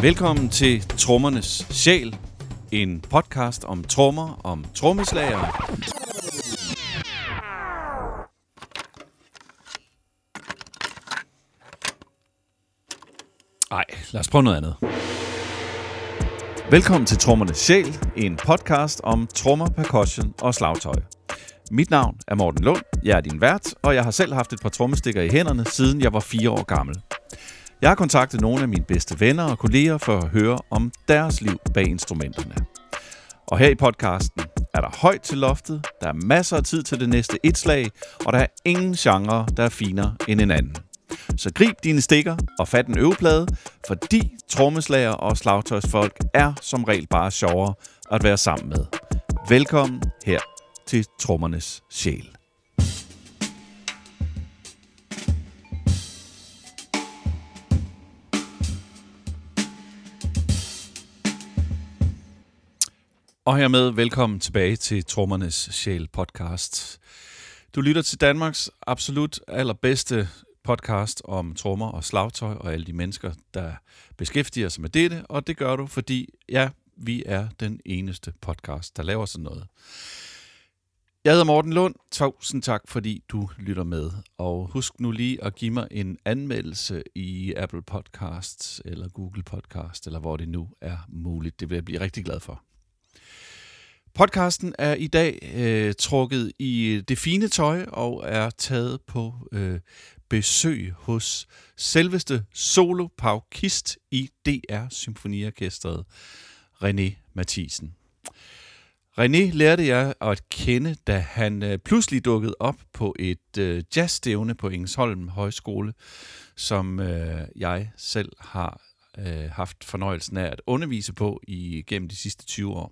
Velkommen til Trommernes Sjæl, en podcast om trommer, om trommeslagere. Ej, lad os prøve noget andet. Velkommen til Trommernes Sjæl, en podcast om trommer, percussion og slagtøj. Mit navn er Morten Lund, jeg er din vært, og jeg har selv haft et par trommestikker i hænderne, siden jeg var 4 år gammel. Jeg har kontaktet nogle af mine bedste venner og kolleger for at høre om deres liv bag instrumenterne. Og her i podcasten er der højt til loftet, der er masser af tid til det næste et slag, og der er ingen genre, der er finere end en anden. Så grib dine stikker og fat en øveplade, fordi trommeslager og slagtøjsfolk er som regel bare sjovere at være sammen med. Velkommen her til Trommernes Sjæl. Og hermed velkommen tilbage til Trommernes Sjæl podcast. Du lytter til Danmarks absolut allerbedste podcast om trommer og slagtøj og alle de mennesker, der beskæftiger sig med dette. Og det gør du, fordi vi er den eneste podcast, der laver sådan noget. Jeg hedder Morten Lund. Tusind tak, fordi du lytter med. Og husk nu lige at give mig en anmeldelse i Apple Podcasts eller Google Podcast, eller hvor det nu er muligt. Det vil jeg blive rigtig glad for. Podcasten er i dag trukket i det fine tøj og er taget på besøg hos selveste solopaukist i DR Symfoniorkestret, René Matthiesen. René lærte jeg at kende, da han pludselig dukkede op på et jazzstævne på Engelsholm Højskole, som jeg selv har haft fornøjelsen af at undervise på igennem de sidste 20 år.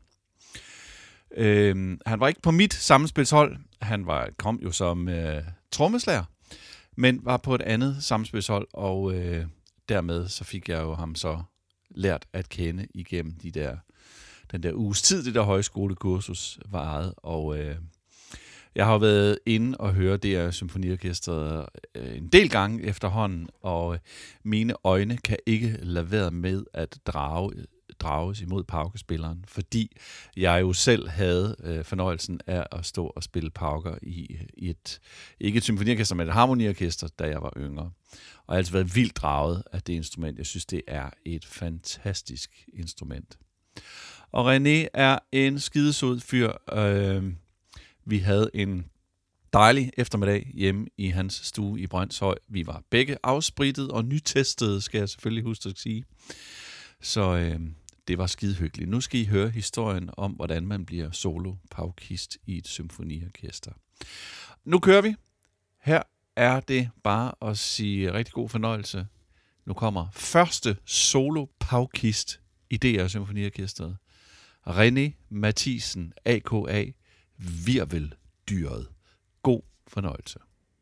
Han var ikke på mit sammenspilshold. Han kom jo som trommeslager, men var på et andet sammenspilshold, og dermed så fik jeg jo ham så lært at kende igennem den der uges tid, det der højskolekursus varede, og jeg har været inde og høre det her symfoniorkestret en del gange efterhånden, og mine øjne kan ikke lade være med at drages imod paukespilleren, fordi jeg jo selv havde fornøjelsen af at stå og spille pauker i ikke et symfoniorkester, men et harmoniorkester, da jeg var yngre. Og jeg har altid været vildt draget af det instrument. Jeg synes, det er et fantastisk instrument. Og René er en skidesød fyr. Vi havde en dejlig eftermiddag hjemme i hans stue i Brønshøj. Vi var begge afsprittet og nytestede, skal jeg selvfølgelig huske at sige. Så det var skidehyggeligt. Nu skal I høre historien om, hvordan man bliver solo-paukist i et symfoniorkester. Nu kører vi. Her er det bare at sige rigtig god fornøjelse. Nu kommer første solo-paukist i DR Symfoniorkestret. René Matthiesen, a.k.a. Virveldyret. God fornøjelse.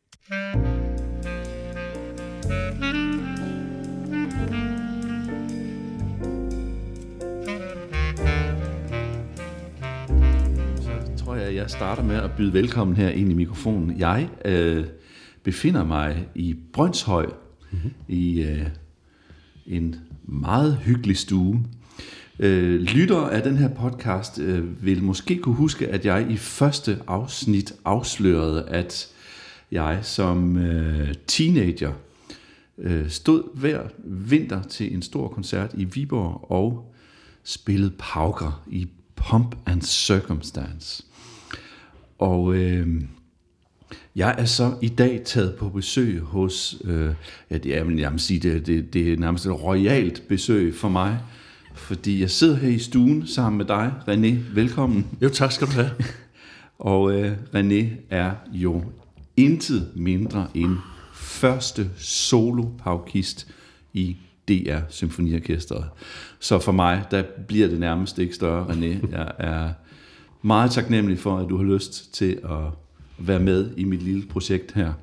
Jeg starter med at byde velkommen her ind i mikrofonen. Jeg befinder mig i Brønshøj i en meget hyggelig stue. Lyttere af den her podcast vil måske kunne huske, at jeg i første afsnit afslørede, at jeg som teenager stod hver vinter til en stor koncert i Viborg og spillede pauker i Pomp and Circumstance. Og jeg er så i dag taget på besøg hos, det er nærmest et royalt besøg for mig, fordi jeg sidder her i stuen sammen med dig, René. Velkommen. Jo, tak skal du have. Og René er jo intet mindre end første solo-paukist i DR Symfoniorkestret. Så for mig, der bliver det nærmest ikke større, René. Jeg er meget taknemmelig for, at du har lyst til at være med i mit lille projekt her.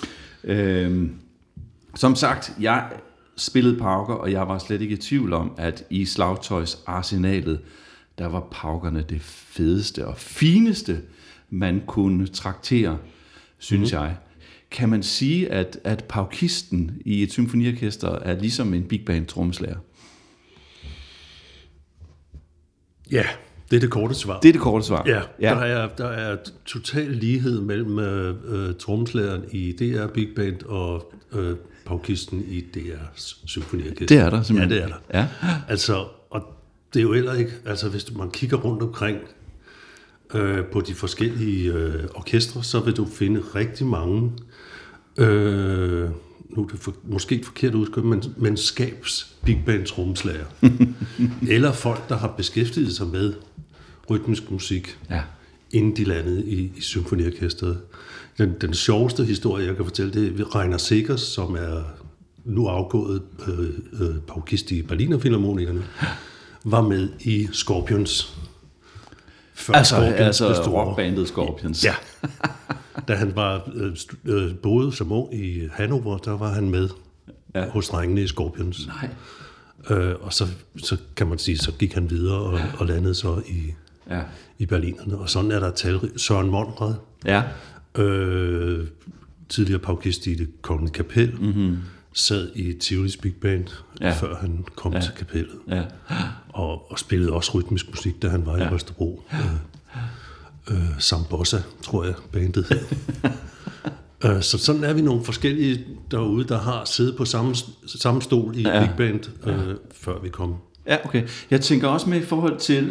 Som sagt, jeg spillede pauker, og jeg var slet ikke i tvivl om, at i slagtøjsarsenalet, der var paukerne det fedeste og fineste, man kunne traktere, synes jeg. Kan man sige, at paukisten i et symfoniorkester er ligesom en big band trommeslager? Ja, det er det korte svar. Det er det korte svar. Ja. Der er total lighed mellem trommeslageren i DR Big Band og paukisten i DR Symfoniorkester. Det er der simpelthen. Ja, det er der. Ja. Altså, og det er jo heller ikke, altså hvis man kigger rundt omkring på de forskellige orkestre, så vil du finde rigtig mange, nu er det måske et forkert udtryk, men skabs Big Band trommeslager. Eller folk, der har beskæftiget sig med rytmisk musik, inden de landede i symfoniorkestret. Den sjoveste historie, jeg kan fortælle, det er Rainer Segers, som er nu afgået paukist i Berliner Filharmonikerne, var med i Scorpions. Altså rockbandet Scorpions. Ja. Da han var boede som ung i Hannover, der var han med hos drengene i Scorpions. Nej. Og så kan man sige, så gik han videre og landede så i Berlinerne. Og sådan er der Søren Monrad, tidligere paukist i Det Kongelige Kapel, sad i Tivolis Big Band, før han kom til kapellet. Ja. Og spillede også rytmisk musik, da han var i Østerbro. Sambossa, tror jeg, bandet hed. Så sådan er vi nogle forskellige derude, der har siddet på samme stol i Big Band, før vi kom. Ja, okay. Jeg tænker også med i forhold til,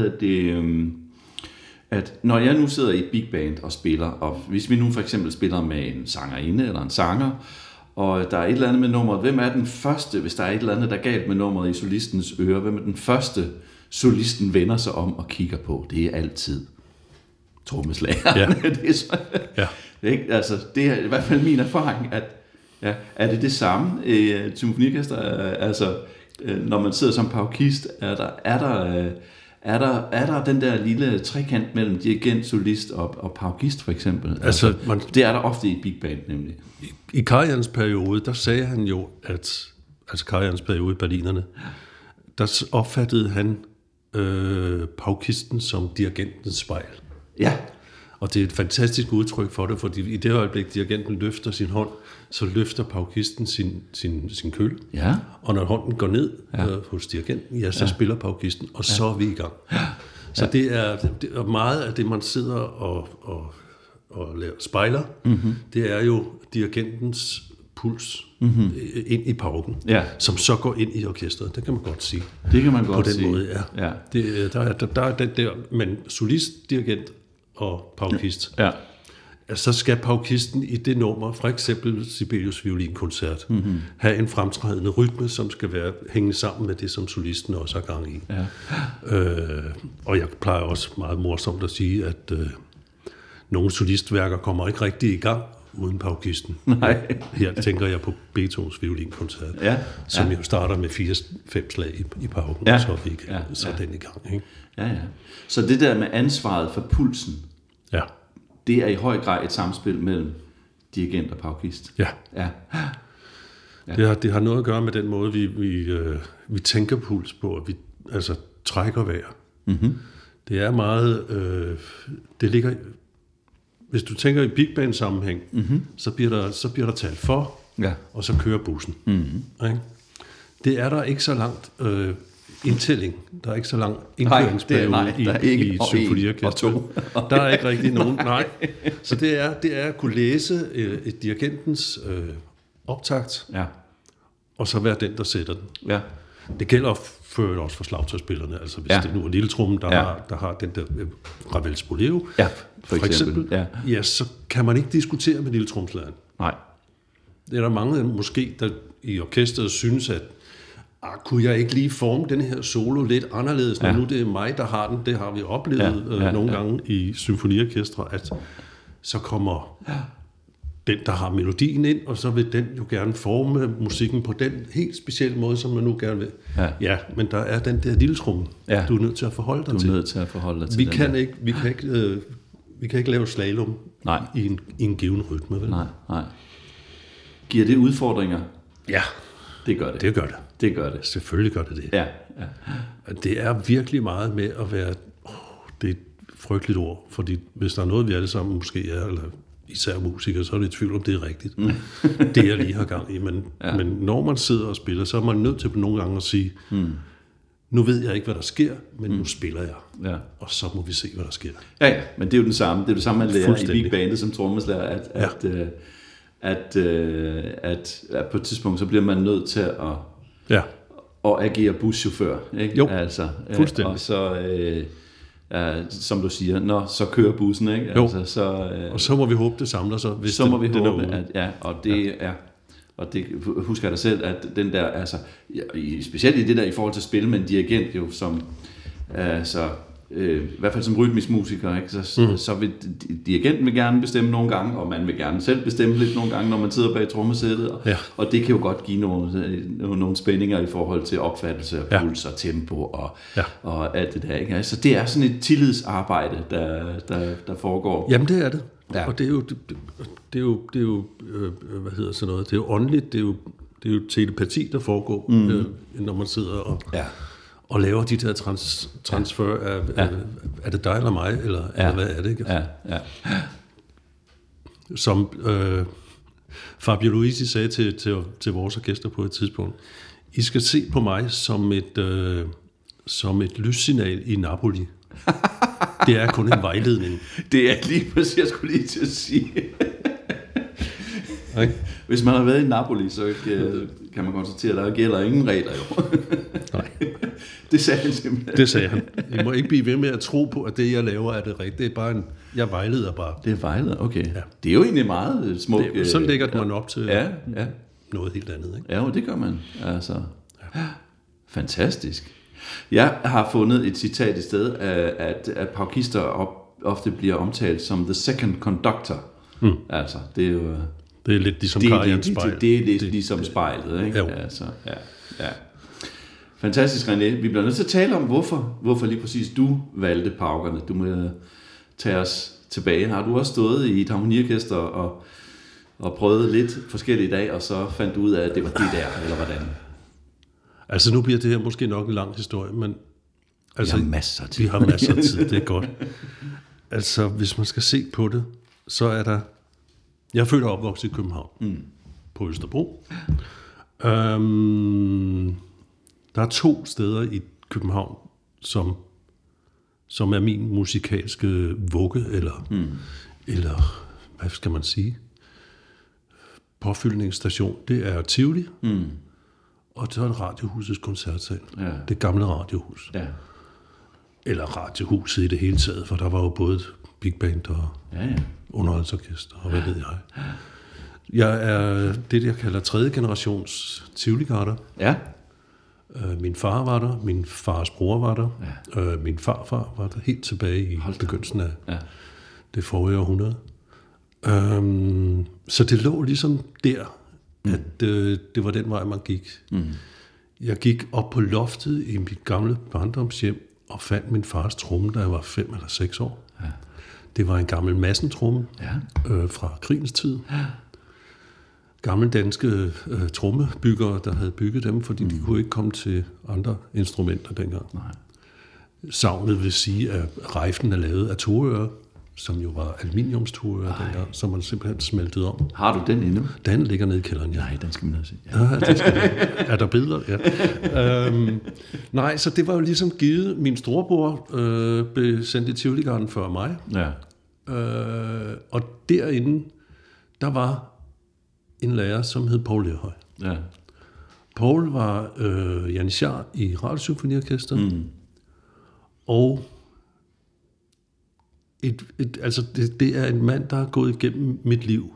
at når jeg nu sidder i Big Band og spiller, og hvis vi nu for eksempel spiller med en sangerinde eller en sanger, og der er et eller andet med nummeret, hvem er den første, hvis der er et eller andet, der er galt med nummeret i solistens øre, hvem er den første, solisten vender sig om og kigger på? Det er altid trommeslageren. Ja. Det er så, ikke? Altså, det er i hvert fald min erfaring, at er det samme i symfoniorkester? Altså, når man sidder som paukist, er der den der lille trekant mellem dirigent, solist og paukist for eksempel? Altså, det er der ofte i Big Band nemlig. I Karajan's periode, der sagde han jo, at Karajan's periode i Berlinerne, der opfattede han paukisten som dirigentens spejl. Ja. Og det er et fantastisk udtryk for det, fordi i det øjeblik, dirigenten løfter sin hånd, så løfter paukisten sin køl. Ja. Og når hånden går ned hos dirigenten, så spiller paukisten, og så er vi i gang. Ja. Så det er meget af det, man sidder og laver spejler. Mm-hmm. Det er jo dirigentens puls ind i pauken, som så går ind i orkestret. Det kan man godt sige. Det kan man godt sige. På den måde, ja. Der er den der, men solist, dirigent og paukist. Ja. Så skal paukisten i det nummer, for eksempel Sibelius violinkoncert, have en fremtrædende rytme, som skal hænge sammen med det, som solisten også har gang i. Ja. Og jeg plejer også meget morsomt at sige, at nogle solistværker kommer ikke rigtig i gang uden paukisten. Nej. Her tænker jeg på Beethovens violinkoncert, som jo starter med 4-5 slag i pauken, og så er den i gang. Ikke? Ja. Så det der med ansvaret for pulsen, det er i høj grad et samspil mellem dirigent og paukist. Ja. Det har noget at gøre med den måde, vi tænker puls på, at vi altså trækker vejr. Mm-hmm. Det er meget... det ligger... Hvis du tænker i Big Band sammenhæng, så bliver der talt for, og så kører bussen. Mm-hmm. Okay? Det er der ikke så langt indtælling. Der er ikke så lang indkøringsperiode i symfoniorkestret. Der er ikke rigtig nogen. Nej. Så det er at kunne læse et dirigentens optakt, og så være den, der sætter den. Ja. Det gælder også for slagtøjsspillerne. Altså hvis det nu er lille trommen, der har den der Ravel Spoleto, for eksempel, så kan man ikke diskutere med lille tromslageren. Nej. Det er der mange måske, der i orkestret synes, at kunne jeg ikke lige forme den her solo lidt anderledes, når nu det er mig, der har den. Det har vi oplevet nogle gange i symfoniorkestre, at så kommer den, der har melodien ind, og så vil den jo gerne forme musikken på den helt specielle måde, som man nu gerne vil. Ja, men der er den der lille tromme, du er nødt til at forholde dig til. Du er nødt til at forholde dig til Vi kan ikke lave slalom i en given rytme, vel? Nej. Giver det udfordringer? Ja. Det gør det. Det gør det. Selvfølgelig gør det. Ja. Det er virkelig meget med at være... det er et frygteligt ord, fordi hvis der er noget, vi alle sammen måske er, eller især musikere, så er det et tvivl om, det er rigtigt. Det jeg lige har gang i. Men når man sidder og spiller, så er man nødt til nogle gange at sige, nu ved jeg ikke, hvad der sker, men nu spiller jeg. Ja. Og så må vi se, hvad der sker. Ja, men det er jo den samme. Det er det samme, man lærer i big bandet som trommeslager, at på et tidspunkt, så bliver man nødt til at agere buschauffør. Ikke? Jo, altså, fuldstændig. Og så, som du siger, så kører bussen. Ikke? Jo. Altså, Og så må vi håbe, det samler sig, hvis så må vi den håbe, er ude. Og det husker jeg da selv, at den der, altså, specielt i det der i forhold til at spille med en dirigent, jo, som, altså, i hvert fald som rytmisk musiker, ikke? Så vil dirigenten vil gerne bestemme nogle gange, og man vil gerne selv bestemme lidt nogle gange, når man sidder bag trommesættet, og det kan jo godt give nogle spændinger i forhold til opfattelse af puls og tempo og alt det der, ikke? Altså, det er sådan et tillidsarbejde, der foregår. Jamen, det er det. Ja. Og det er jo hvad hedder sådan noget, det er jo åndeligt, det er jo telepati, der foregår, når man sidder og laver de der transfer af, er det dig eller mig, eller hvad er det, ikke? Ja. Som Fabio Luisi sagde til vores orkester på et tidspunkt, I skal se på mig som et lyssignal i Napoli. Det er kun en vejledning. Det er lige præcis, jeg skulle lige til at sige. Okay. Hvis man har været i Napoli, så kan man konstatere, at der gælder ingen regler jo. Nej. Det sagde han simpelthen. Det sagde han. I må ikke blive ved med at tro på, at det, jeg laver, er det rigtige. Det er bare jeg vejleder bare. Det er vejleder, okay. Ja. Det er jo egentlig meget smukt. Så lægger man op til ja. noget helt andet, ikke? Ja, det gør man. Altså. Fantastisk. Jeg har fundet et citat i sted, at paukister ofte bliver omtalt som the second conductor. Altså, det er jo... Det er lidt ligesom Karians spejl. Det er lidt ligesom spejlet, ikke? Jo. Altså, ja. Fantastisk, René. Vi bliver nødt til at tale om, hvorfor lige præcis du valgte paukerne. Du må tage os tilbage. Har du også stået i et harmoniorkester og prøvet lidt forskellige i dag, og så fandt du ud af, at det var det der, eller hvordan? Altså, nu bliver det her måske nok en lang historie, men... Altså, vi har masser af tid. Vi har masser af tid, det er godt. Altså, hvis man skal se på det, så er der... Jeg er født og opvokset i København, på Østerbro. Der er 2 steder i København, som er min musikalske vugge, eller hvad skal man sige, påfyldningsstation. Det er Tivoli, og så er Radiohusets koncertsal. Ja. Det gamle radiohus. Ja. Eller radiohuset i det hele taget, for der var jo både big band og underholdsorkester, og hvad ved jeg. Jeg er det, jeg kalder 3. generations Tivoli-garder. Ja. Min far var der, min fars bror var der, min farfar var der helt tilbage i begyndelsen af det forrige århundrede. Så det lå ligesom der, at det var den vej, man gik. Jeg gik op på loftet i mit gamle barndomshjem og fandt min fars tromme, da jeg var 5 eller 6 år. Ja. Det var en gammel Madsen-tromme fra krigens tid. Ja. Gamle danske trommebyggere, der havde bygget dem, fordi de kunne ikke komme til andre instrumenter dengang. Nej. Savnet vil sige, at rejfen er lavet af toører, som jo var aluminiumstoører dengang, som man simpelthen smeltede om. Har du den endnu? Den ligger nede i kælderen, ja. Nej, den skal man også se. Ja, er der billeder? Ja. Nej, så det var jo ligesom givet. Min storebror blev sendt i Tivoli-garden før mig. Ja. Og derinde, der var en lærer, som hed Poul Lerhøj. Ja. Poul var janitjar i Radiosymfoniorkestret, og altså det er en mand, der har gået igennem mit liv.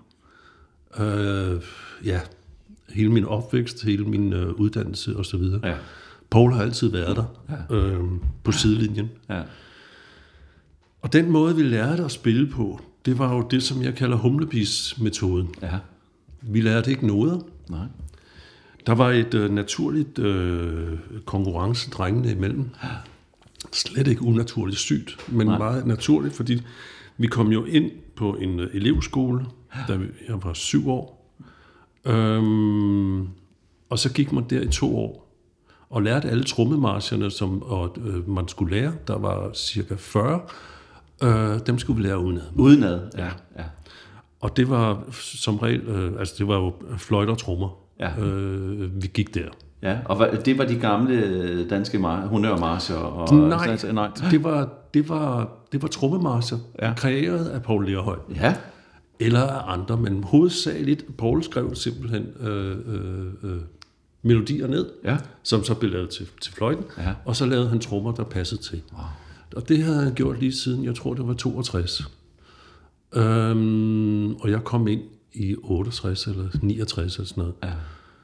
Hele min opvækst, hele min uddannelse osv. Ja. Poul har altid været der på sidelinjen. Ja. Og den måde, vi lærte at spille på, det var jo det, som jeg kalder humlebis-metoden. Ja. Vi lærte ikke noder. Nej. Der var et naturligt konkurrence drengene imellem. Slet ikke unaturligt sygt, men meget naturligt, fordi vi kom jo ind på en elevskole, da jeg var 7 år. Og så gik man der i 2 år og lærte alle trommemarcherne, som man skulle lære. Der var cirka 40. Dem skulle vi lære udenad. Udenad, ja. Og det var som regel, det var jo fløjt og trommer. Ja. Vi gik der. Ja, og det var de gamle danske honnørmarcher? Og Nej, det var trommemarscher, kreeret af Poul Lerhøj. Ja. Eller af andre, men hovedsageligt, Poul skrev simpelthen melodier ned, som så blev lavet til fløjten, og så lavede han trommer, der passede til. Wow. Og det havde han gjort lige siden, jeg tror det var 62. Og jeg kom ind i 68 eller 69 eller sådan noget. Ja.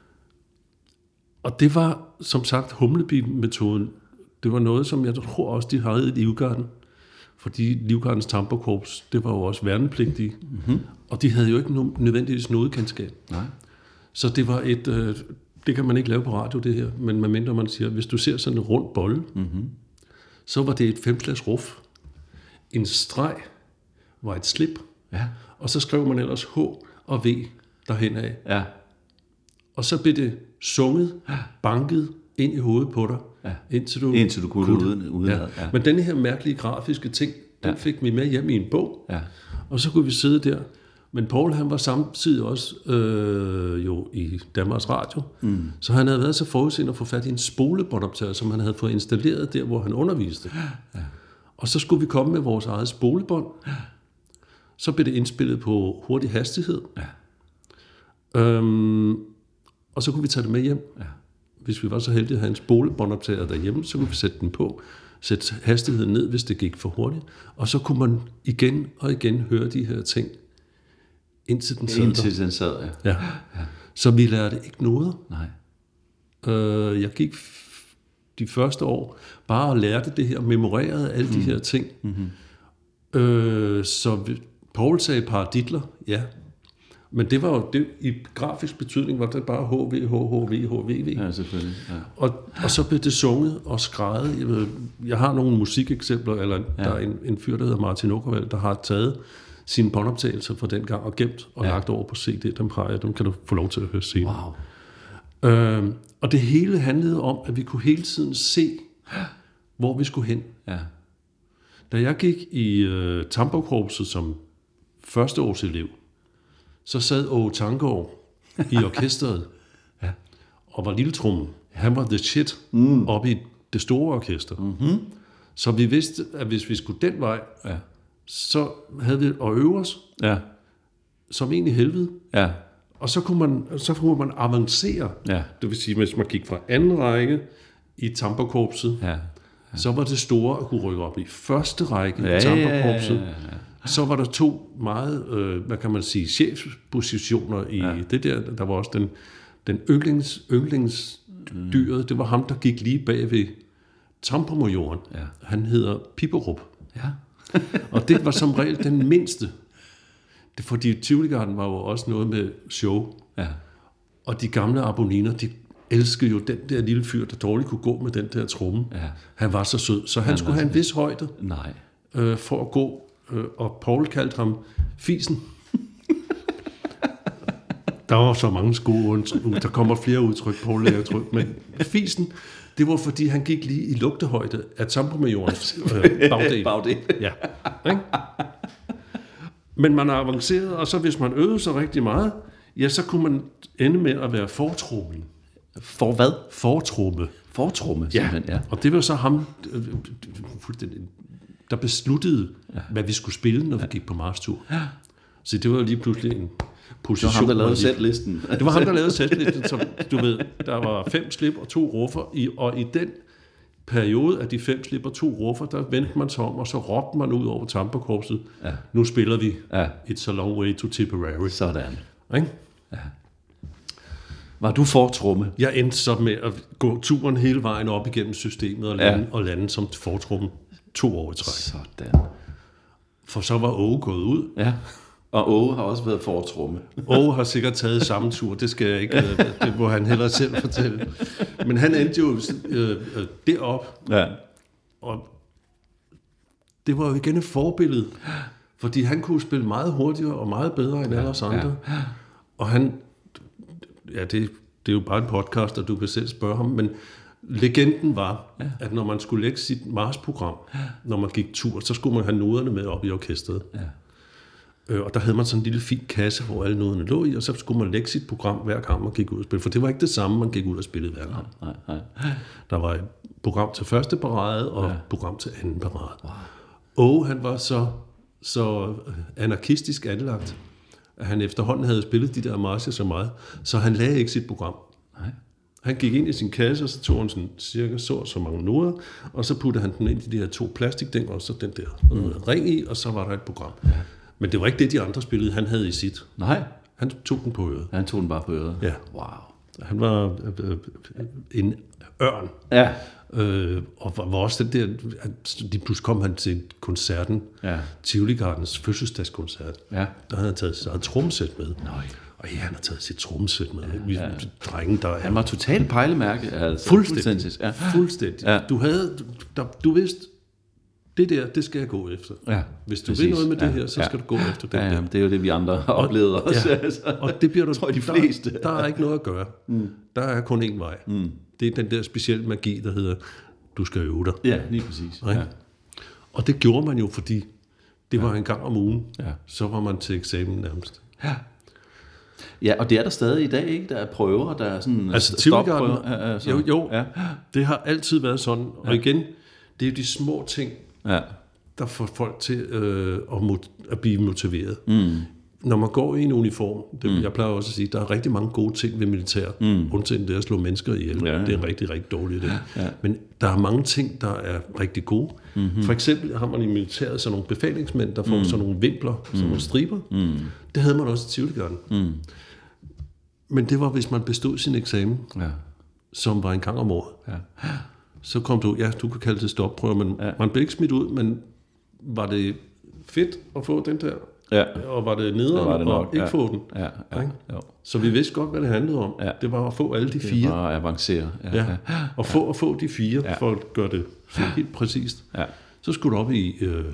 Og det var, som sagt, Humleby-metoden. Det var noget, som jeg tror også, de havde i Livgarden. Fordi Livgardens Tamburkorps, det var jo også værnepligtige. Mm-hmm. Og de havde jo ikke nødvendigvis noget kendskab. Nej. Så det var det kan man ikke lave på radio, det her. Men medmindre man siger, hvis du ser sådan en rund bolle, så var det et 5-slags ruf. En streg var et slip. Ja. Og så skrev man ellers H og V derhen af. Ja. Og så blev det sunget, banket ind i hovedet på dig, indtil du kunne uden. Ja. Men denne her mærkelige grafiske ting, den fik vi med hjem i en bog, og så kunne vi sidde der. Men Poul, han var samtidig også jo i Danmarks Radio, så han havde været så forudseende at få fat i en spolebåndoptager, som han havde fået installeret der, hvor han underviste. Ja. Og så skulle vi komme med vores eget spolebånd. Så blev det indspillet på hurtig hastighed. Ja. Og så kunne vi tage det med hjem. Ja. Hvis vi var så heldige at have en spolebåndoptager derhjemme, så kunne vi sætte den på, sætte hastigheden ned, hvis det gik for hurtigt. Og så kunne man igen og igen høre de her ting, indtil den sad. Ja. Så vi lærte ikke noget. Nej. Jeg gik de første år bare og lærte det her, memorerede alle de her ting. Mm-hmm. Så Poul sagde paraditler, ja. Men det var jo det, i grafisk betydning var det bare HV, HV, HVV. Ja, selvfølgelig. Ja. Og så blev det sunget og skreget. Jeg har nogle musikeksempler, eller der er en fyr, der hedder Martin Åkervald, der har taget sine båndoptagelser fra den gang og gemt og lagt over på CD. Dem kan du få lov til at høre senere. Wow. Og det hele handlede om, at vi kunne hele tiden se, hvor vi skulle hen. Ja. Da jeg gik i Tamburkorpset som førsteårselev, så sad Åge Tanggaard i orkestret og var lille trommen. Han var the shit oppe i det store orkester. Mm-hmm. Så vi vidste, at hvis vi skulle den vej, så havde vi at øve os som egentlig helvede. Ja. Og så kunne man avancere. Ja. Det vil sige, hvis man gik fra anden række i Tamburkorpset, så var det store at kunne rykke op i første række i Tamburkorpset. Ja. Så var der 2 meget, hvad kan man sige, chefspositioner i det der. Der var også den yndlingsdyret. Det var ham, der gik lige bag ved tampermajoren. Ja. Han hedder Pipperup. Ja. Og det var som regel den mindste. Fordi Tivoligarden var jo også noget med show. Ja. Og de gamle abonniner, de elskede jo den der lille fyr, der dårligt kunne gå med den der tromme. Ja. Han var så sød, så han skulle have en vis højde for at gå. Og Poul kaldte ham Fisen. Der var så mange der kommer flere udtryk, Poul lærer udtryk, men Fisen, det var fordi han gik lige i lugtehøjde af tampermajorens bagdel. Ja. Men man avancerede, og så hvis man øvede sig rigtig meget, så kunne man ende med at være fortrommel. For hvad? Fortromme. Fortromme, simpelthen, ja. Og det var så ham, der besluttede, hvad vi skulle spille, når vi gik på marstur. Ja. Så det var lige pludselig en position. Det var ham, der lavede sætlisten. Det var ham, der lavede sætlisten, som du ved, der var 5 slip og 2 ruffer, og i den periode af de 5 slip og 2 ruffer, der vendte man sig om, og så råbte man ud over Tamburkorpset. Ja. Nu spiller vi It's a Long Way to Tipperary. Sådan. Ikke? Ja. Var du fortromme? Jeg endte så med at gå turen hele vejen op igennem systemet og lande som fortromme 2 år i træk. Sådan. For så var Åge gået ud. Ja. Og Åge har også været fortromme. Åge har sikkert taget samme tur, det skal jeg ikke, det må han hellere selv fortælle. Men han endte jo derop. Ja. Og det var jo igen et forbillede, fordi han kunne spille meget hurtigere og meget bedre end alle os andre. Ja. Og han, det er jo bare en podcast, og du kan selv spørge ham, men legenden var, at når man skulle lægge sit marsprogram, når man gik tur, så skulle man have noderne med op i orkestret. Ja. Og der havde man sådan en lille fin kasse, hvor alle noderne lå i, og så skulle man lægge sit program hver gang man gik ud og spille. For det var ikke det samme, man gik ud og spillede hver gang. Nej. Der var et program til første parade, og et program til anden parade. Wow. Han var så anarkistisk anlagt, at han efterhånden havde spillet de der marcher så meget, så han lagde ikke sit program. Nej. Han gik ind i sin kasse, og så tog han sådan cirka så mange noder, og så puttede han den ind i de her 2 plastikdænger, og så den der ring i, og så var der et program. Ja. Men det var ikke det, de andre spillede, han havde i sit. Nej. Han tog den på øret. Han tog den bare på øret? Ja. Wow. Han var en ørn. Ja. Og var også den der, de pludselig kom han til koncerten, Tivoli Gardens fødselsdagskoncert. Ja. Der havde han taget sit eget trommesæt med. Nej. Og han har taget sit trommesæt med. Drenge, han var totalt pejlemærke. Altså. Fuldstændig. Ja. Fuldstændig. Ja. Du vidste, det skal jeg gå efter. Ja. Hvis du vil noget med det her, så skal du gå efter det der. Det er jo det, vi andre har oplevet også. Ja. Altså. Og det bliver du, tror de fleste. Der er ikke noget at gøre. Der er kun én vej. Det er den der specielle magi, der hedder, du skal øve dig. Ja, lige præcis. Ja. Og det gjorde man jo, fordi det var en gang om ugen. Ja. Så var man til eksamen nærmest. Ja. Ja, og det er der stadig i dag, ikke? Der er prøver, der er sådan stopprøver. Jo. Ja. Det har altid været sådan. Og igen, det er jo de små ting, der får folk til at blive motiveret. Når man går i en uniform, jeg plejer også at sige, der er rigtig mange gode ting ved militær, undtagen det at slå mennesker ihjel. Ja. Det er en rigtig, rigtig dårlig idé. Ja. Men der er mange ting, der er rigtig gode. For eksempel har man i militæret sådan nogle befalingsmænd, der får sådan nogle vimpler, sådan nogle striber. Det havde man også i Tivoli Garden. Men det var, hvis man bestod sin eksamen, som var en gang om året. Ja. Så kom du kan kalde det stopprøve, men man blev ikke smidt ud, men var det fedt at få den der? Ja. Og var det nederen og ikke få den? Ja. Så vi vidste godt, hvad det handlede om. Ja. Det var at få alle de 4. Det var at avancere. Ja. Og at få de 4, for at gøre det helt præcist. Ja. Så skulle du op i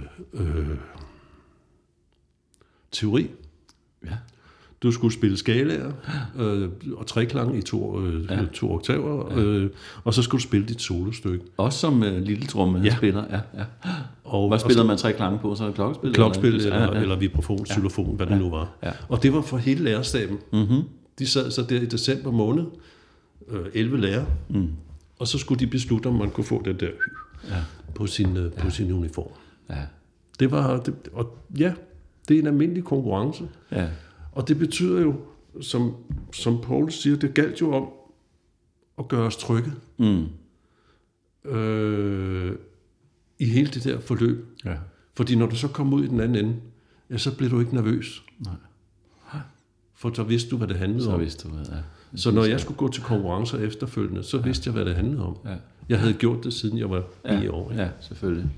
teori. Ja. Du skulle spille skalaer og treklang i 2 oktaver, og så skulle du spille dit solostykke. Også som lille trommespiller, ja. Og hvad spillede man treklang på? Så er det klokkespil? Klokkespil eller vibrafon, xylofon, hvad det nu var. Ja. Og det var for hele lærerstaben. De sad så der i december måned, 11 lærere, og så skulle de beslutte, om man kunne få den der på sin uniform. Ja. Det er en almindelig konkurrence. Ja. Og det betyder jo, som Paul siger, det galt jo om at gøre os trygge i hele det der forløb. Ja. Fordi når du så kom ud i den anden ende, så blev du ikke nervøs. Nej. For så vidste du, hvad det handlede om. Så når jeg skulle gå til konkurrencer efterfølgende, så vidste jeg, hvad det handlede om. Ja. Jeg havde gjort det, siden jeg var 9 år. Ja, selvfølgelig.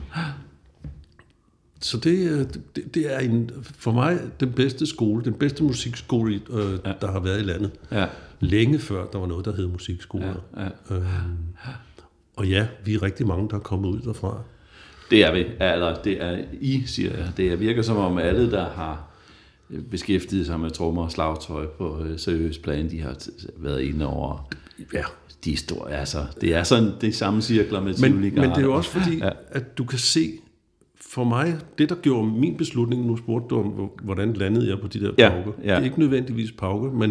Så det er for mig den bedste skole, den bedste musikskole, der har været i landet. Ja. Længe før der var noget, der hed musikskoler. Ja. Og vi er rigtig mange, der er kommet ud derfra. Det er vi. Siger jeg. Det virker som om alle, der har beskæftiget sig med trommer og slagtøj på seriøs plan, de har været inde over de store. Altså, det er sådan de samme cirkler med Tivoli Garden. Men det er jo også fordi, at du kan se, for mig, det der gjorde min beslutning, nu spurgte du om, hvordan landede jeg på de der pauker. Ja. Det er ikke nødvendigvis pauker, men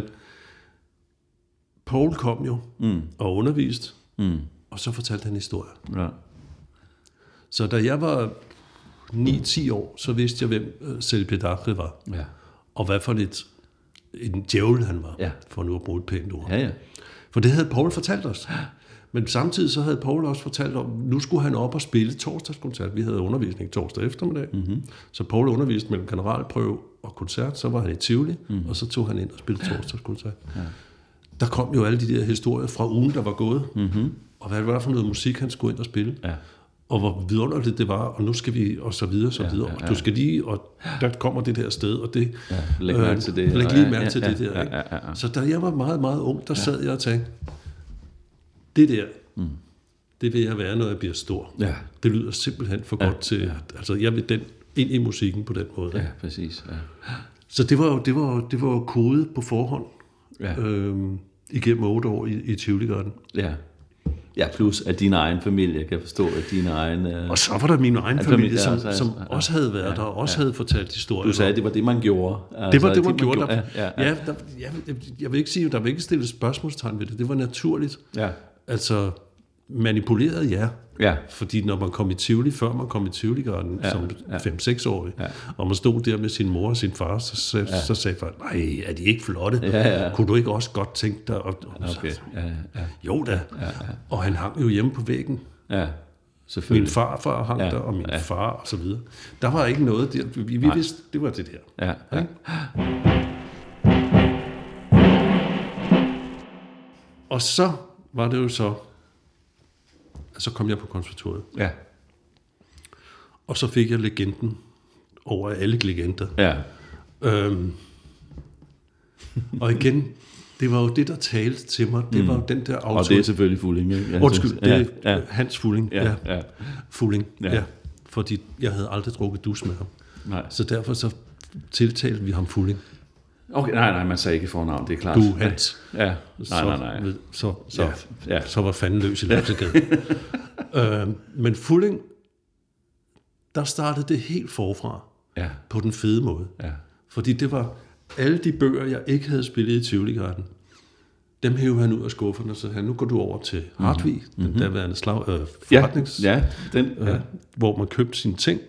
Paul kom jo og underviste, og så fortalte han historier. Ja. Så da jeg var 9-10 år, så vidste jeg, hvem Celibidache var. Ja. Og hvad for en djævel han var, for nu at bruge et pænt ord. Ja. For det havde Paul fortalt os. Men samtidig så havde Paul også fortalt om, nu skulle han op og spille torsdagskoncert. Vi havde undervisning torsdag eftermiddag. Så Paul underviste mellem generalprøve og koncert, så var han i Tivoli, og så tog han ind og spillede torsdagskoncert. Ja. Der kom jo alle de der historier fra ugen, der var gået, og hvad det var for noget musik, han skulle ind og spille. Ja. Og hvor vidunderligt det var, og nu skal vi, og så videre, så videre. Og du skal lige, og der kommer det der sted, og det... Ja, læg mærke til det. Læg lige mærke til det der. Ikke? Så da jeg var meget, meget ung, der sad jeg og tænkte, det der, det vil jeg være, når jeg bliver stor. Ja. Det lyder simpelthen for godt til... Altså, jeg vil ind i musikken på den måde. Ja, præcis. Ja. Så det var kodet på forhånd, igennem 8 år i Tivoli Garden. Ja. Ja, plus at din egen familie kan forstå, at din egen... Og så var der min egen familie, som også havde været der, og også havde fortalt historier. Du sagde, at det var det, man gjorde. Altså, det var det, man gjorde. Jeg vil ikke sige, at der var ikke stillet spørgsmålstegn ved det. Det var naturligt. Ja. Altså, manipuleret, ja. Ja. Fordi når man kom i Tivoli, før man kom i Tivoli-garden som 5-6-årig, og man stod der med sin mor og sin far, så sagde far, nej, er de ikke flotte? Ja. Kunne du ikke også godt tænke dig? Okay. Ja. Jo da. Ja. Og han hang jo hjemme på væggen. Ja, selvfølgelig. Min farfar hang der, og min far, og så videre. Der var ikke noget der. Vi vidste, det var det der. Ja. Og så var det jo så kom jeg på konservatoriet. Ja. Og så fik jeg legenden over alle legender. Ja. Og igen, det var jo det, der talte til mig. Det var jo den der autoritet. Og det er selvfølgelig Fuling, ikke? Undskyld, det er Hans Fuling. Ja. Fuling, ja. Fordi jeg havde aldrig drukket dus med ham. Nej. Så derfor så tiltalte vi ham Fuling. Okay, nej, man sagde ikke fornavn, det er klart. Du, Hans. Ja, nej. Så var fanden løs i Lapsegade. Men Fuling, der startede det helt forfra. Ja. På den fede måde. Ja. Fordi det var alle de bøger, jeg ikke havde spillet i Tivoli-garden, dem hævde han ud af skufferne, og så sagde nu går du over til Hartvig, den derværende forretnings, hvor man købte sine ting.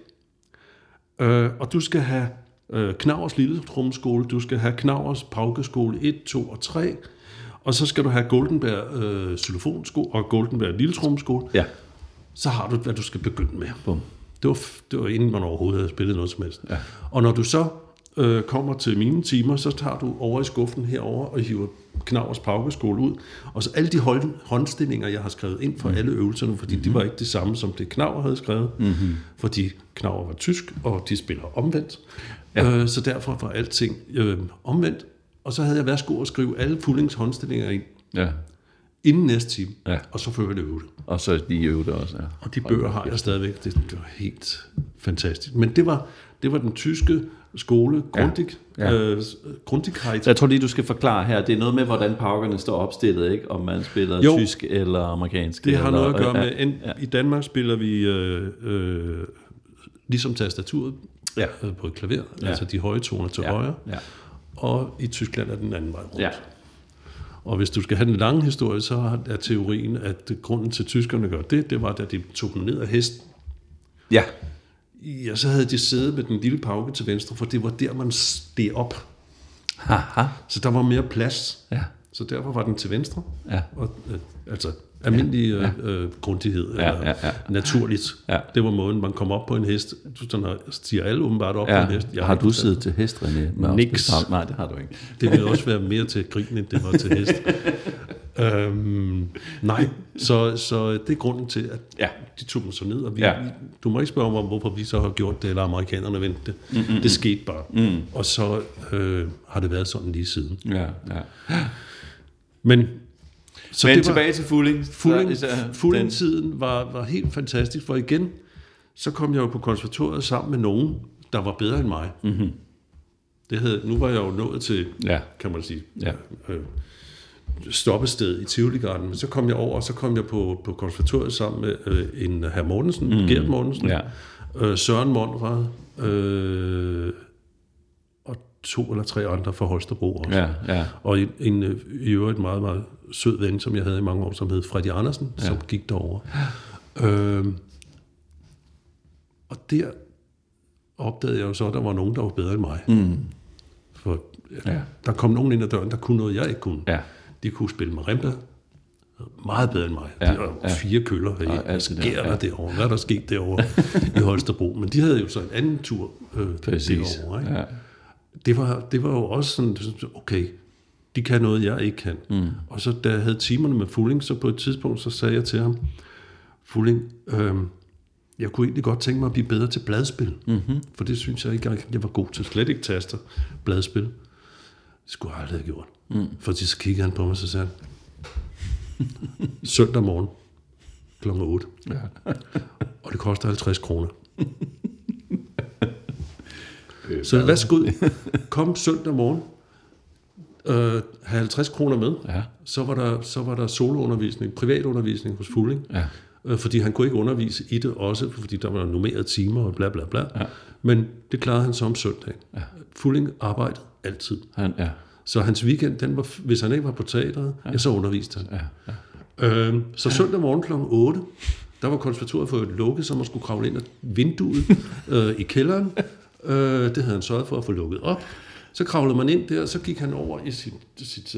Og du skal have Knaurs Lille Trommeskole, du skal have Knaurs Paukeskole 1, 2 og 3, og så skal du have Goldenberg Xylofonskole og Goldenberg Lille Trommeskole. Ja. Så har du, hvad du skal begynde med. Bum. Det var inden man overhovedet havde spillet noget som helst. Ja. Og når du så kommer til mine timer, så tager du over i skuffen herover og hiver Knaurs Paukeskole ud. Og så alle de håndstillinger, jeg har skrevet ind for alle øvelserne, fordi de var ikke det samme, som det Knaur havde skrevet. Fordi Knaur var tysk, og de spiller omvendt. Ja. Så derfor var alting omvendt. Og så havde jeg værsgo at skrive alle Fulings håndstillinger ind. Ja. Inden næste time, og så før jeg øvede. Og så de øvede også, ja. Og de bøger har jeg stadigvæk. Det var helt fantastisk. Men det var den tyske skole, Grundigkeit. Så jeg tror lige, du skal forklare her. Det er noget med, hvordan paukerne står opstillet, ikke? Om man spiller tysk eller amerikansk. Det har noget at gøre med, i Danmark spiller vi ligesom tastaturet på et klaver, altså de høje toner til højre. Ja. Og i Tyskland er den anden vej rundt. Ja. Og hvis du skal have den lange historie, så er teorien, at grunden til tyskerne gør det var, da de tog dem ned af hesten. Ja. Ja, så havde de siddet med den lille pauke til venstre, for det var der, man steg op. Haha. Så der var mere plads. Ja. Så derfor var den til venstre. Ja. Og, altså almindelig grundighed, eller naturligt. Ja. Det var måden, man kom op på en hest. Der stiger alle åbenbart op på en hest. Har du siddet til hest, René? Niks. Nej, det har du ikke. Det ville også være mere til grin, end det var til hest. Nej, så det er grunden til, at de tog dem så ned. Og du må ikke spørge mig, hvorfor vi så har gjort det, eller amerikanerne vendte det. Det skete bare. Og så har det været sådan lige siden. Ja. Men tilbage til Fuling. Fuling-tiden var helt fantastisk, for igen, så kom jeg jo på konservatoriet sammen med nogen, der var bedre end mig. Nu var jeg jo nået til, kan man sige, stoppested i Tivoli-garden, men så kom jeg over, og så kom jeg på konservatoriet sammen med en herr Mortensen, Gert Mortensen, Søren Monrad, og 2 eller 3 andre fra Holstebro også. Og en i øvrigt meget, meget sød ven, som jeg havde i mange år, som hed Freddy Andersen, som gik derover. Og der opdagede jeg jo så, at der var nogen, der var bedre end mig. For der kom nogen ind ad døren, der kunne noget, jeg ikke kunne. De kunne spille marimba meget bedre end mig. De var 4 køller. Hvad sker der derovre? Hvad er der sket derovre i Holstebro? Men de havde jo så en anden tur derovre. Ikke? Det var jo også sådan, okay, de kan noget, jeg ikke kan. Og så da jeg havde timerne med Fuling, så på et tidspunkt, så sagde jeg til ham, Fuling, jeg kunne egentlig godt tænke mig at blive bedre til bladspil. For det synes jeg ikke, jeg var god til. Slet ikke taster, bladspil. Det skulle jeg aldrig have gjort. For så kiggede han på mig, og så sagde han, søndag morgen kl. 8. Og det koster 50 kroner. Så værsgo, kom søndag morgen have 50 kroner med. Ja. Så var der soloundervisning, privatundervisning hos Fulding. Ja. Fordi han kunne ikke undervise i det også, fordi der var nummerede timer og bla bla bla. Ja. Men det klarede han så om søndagen. Ja. Fulding arbejdede altid. Ja. Så hans weekend, den var, hvis han ikke var på teatret, så underviste han. Ja. Så søndag morgen kl. 8, der var konservatoriet fået lukket, så man skulle kravle ind ad vinduet i kælderen. Det havde han sørget for at få lukket op. Så kravlede man ind der, og så gik han over i sit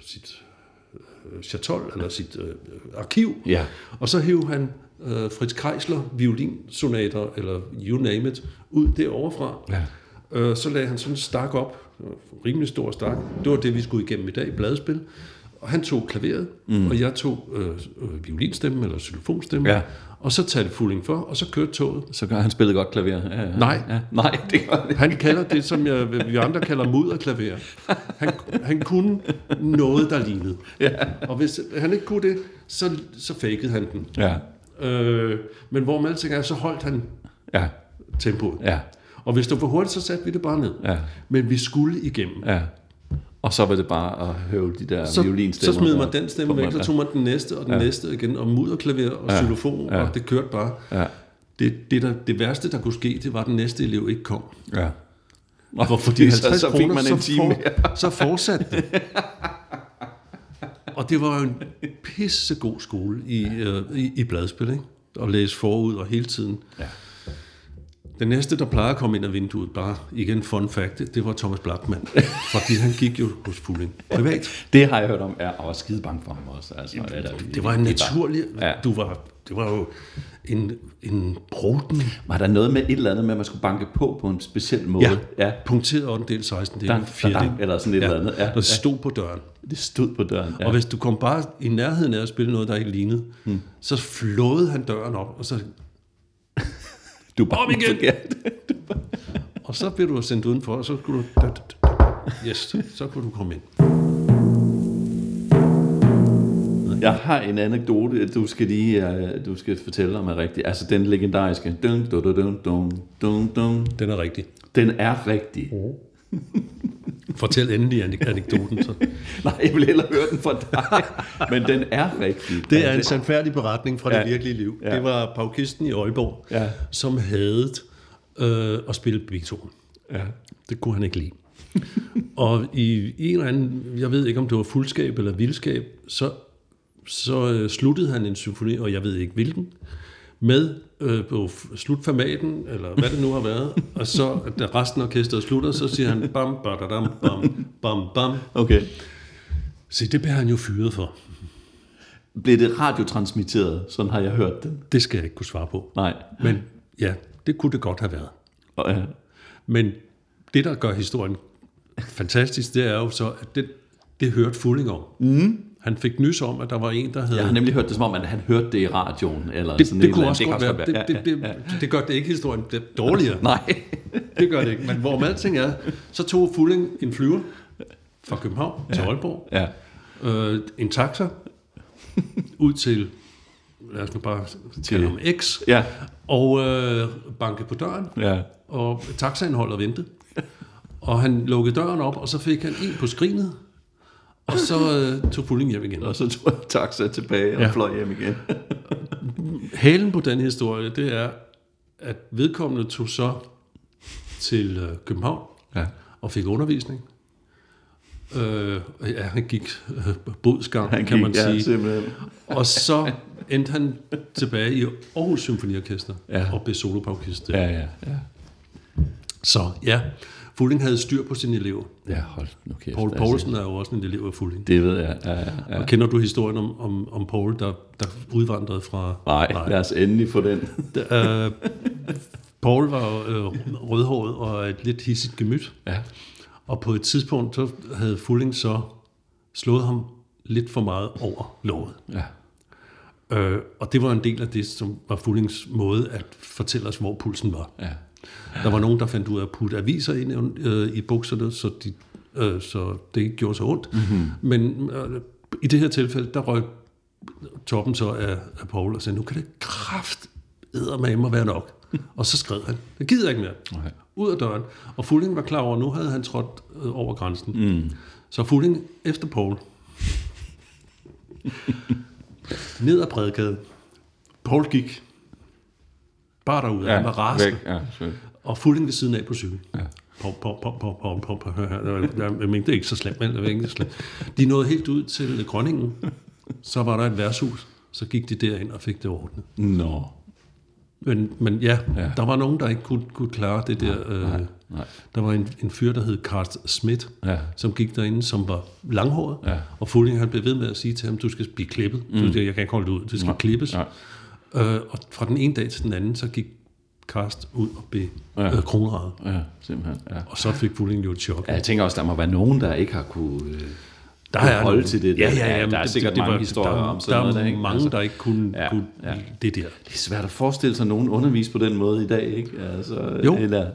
chatol, eller sit arkiv, og så hævde han Fritz Kreisler violinsonater, eller you name it, ud derovre fra. Ja. Så lagde han sådan en stak op, rimelig stor stak. Det var det, vi skulle igennem i dag, bladspil. Og han tog klaveret, og jeg tog violinstemmen, eller xylofonstemmen, og så talte Fulding for, og så kørte toget. Så gør han spillet godt klaver? Ja. Nej. Ja. Nej, det gør det. Han kalder det, som vi andre kalder mudderklaver. Han kunne noget, der lignede. Ja. Og hvis han ikke kunne det, så fakede han den. Ja. Men hvor man alting er, så holdt han tempoet. Ja. Og hvis det var for hurtigt, så satte vi det bare ned. Ja. Men vi skulle igennem. Ja. Og så var det bare at høve de der violinstemmer. Så smed man den stemme væk, så tog man den næste og den næste igen, og mudderklaver og xylofon, og det kørte bare. Ja. Det værste, der kunne ske, det var, at den næste elev ikke kom. Ja. Og for de 50 kroner, så fortsatte det. Og det var jo en pissegod skole i bladspil, ikke? At læse forud og hele tiden. Ja. Den næste, der plejede at komme ind ad vinduet, bare igen fun fact, det var Thomas Blachman. Fordi han gik jo hos Fulding privat. Det har jeg hørt om, og var skide bange for ham også. Altså, det var en naturlig... Ja. Det var jo en broden. Var der noget med et eller andet med, at man skulle banke på en speciel måde? Ja. Punkteret 8. del, 16. del, 4. del. Eller sådan et eller andet. Ja. Det stod på døren. Det stod på døren, Og hvis du kom bare i nærheden af at spille noget, der ikke lignede, så flåede han døren op, og så... Du bare om igen! Og så blev du sendt udenfor, og så skulle du... Yes, så kunne du komme ind. Jeg har en anekdote, du skal fortælle om er rigtig. Altså den legendariske. Den er rigtig. Den er rigtig. Fortæl endelig anekdoten så. Nej, jeg vil hellere høre den fra dig. Men den er rigtig. Det er en sandfærdig beretning fra det virkelige liv. Ja. Det var paukisten i Aalborg, som havde at spille Beethoven. Ja. Det kunne han ikke lide. Og i en eller anden, jeg ved ikke om det var fuldskab eller vildskab, så sluttede han en symfoni, og jeg ved ikke hvilken, med på slutformaten, eller hvad det nu har været, og så, da resten af orkestret slutter, så siger han bam, badadam, bam, bam, bam. Okay. Så det bliver han jo fyret for. Blev det radiotransmitteret? Sådan har jeg hørt det. Det skal jeg ikke kunne svare på. Nej. Men ja, det kunne det godt have været. Ja. Men det, der gør historien fantastisk, det er jo så, at det hørte Fulding om. Han fik nys om, at der var en, der havde... Jeg har nemlig hørt det, som om at han hørte det i radioen. Eller det, sådan det kunne også godt være. Det gør det ikke historien dårligere. Nej. Det gør det ikke. Men hvor alting er, så tog Fulding en flyver fra København til Aalborg. Ja. En taxa ud til, lad os nu bare kalde ham X, og banke på døren, og taxaen holdt og ventede. Og han lukkede døren op, og så fik han en på skrinet, og så tog Fulding hjem igen. Og så tog jeg taxa tilbage og fløj hjem igen. Halen på den historie, det er, at vedkommende tog så til København og fik undervisning. Han gik bodsgang, kan man sige. Simpelthen. Og så endte han tilbage i Aarhus Symfoniorkester og blev solopaukist. Ja. Så Fulding havde styr på sine elever. Ja, hold nu kæft. Poul Poulsen er jo også en elev af Fulding. Det ved jeg, ja. Og kender du historien om Poul, der udvandrede fra... Nej, lad os endelig få den. Poul var rødhåret og et lidt hissigt gemyt. Ja. Og på et tidspunkt, så havde Fulding så slået ham lidt for meget over låret. Ja. Og det var en del af det, som var Fuldings måde at fortælle os, hvor pulsen var. Ja. Der var nogen, der fandt ud af at putte aviser ind i bukserne, så det ikke gjorde så ondt. Mm-hmm. Men i det her tilfælde, der røg toppen så af Poul og sagde, nu kan det krafteddermame være nok. Og så skred han. Det gider ikke mere. Okay. Ud af døren. Og Fulding var klar over, at nu havde han trådt over grænsen. Mm. Så Fulding efter Poul. Ned ad Bredgade. Poul gik bare derud, han var rasende. Og Fulding ved siden af på cykel. Ja. Jeg mente ikke så slemt, men det var ikke så slemt. De nåede helt ud til Grønningen. Så var der et værtshus. Så gik de derind og fik det ordnet. Nå. Men ja, der var nogen, der ikke kunne klare det der. Nej. Der var en fyr, der hed Karl Schmidt, som gik derinde, som var langhåret. Ja. Og Fulding, han blev ved med at sige til ham, du skal blive klippet. Jeg kan ikke holde det ud. Det skal klippes. Ja. Og fra den ene dag til den anden, så gik Karst ud og blev kronraget. Ja, simpelthen. Ja. Og så fik Fulding jo et chok. Ja, jeg tænker også, der må være nogen, der ikke har kunne holde til det der. Ja, der er sikkert mange historier om sådan noget. Der er mange, der ikke kunne det der. Det er svært at forestille sig nogen undervise på den måde i dag, ikke? Altså, jo. Eller,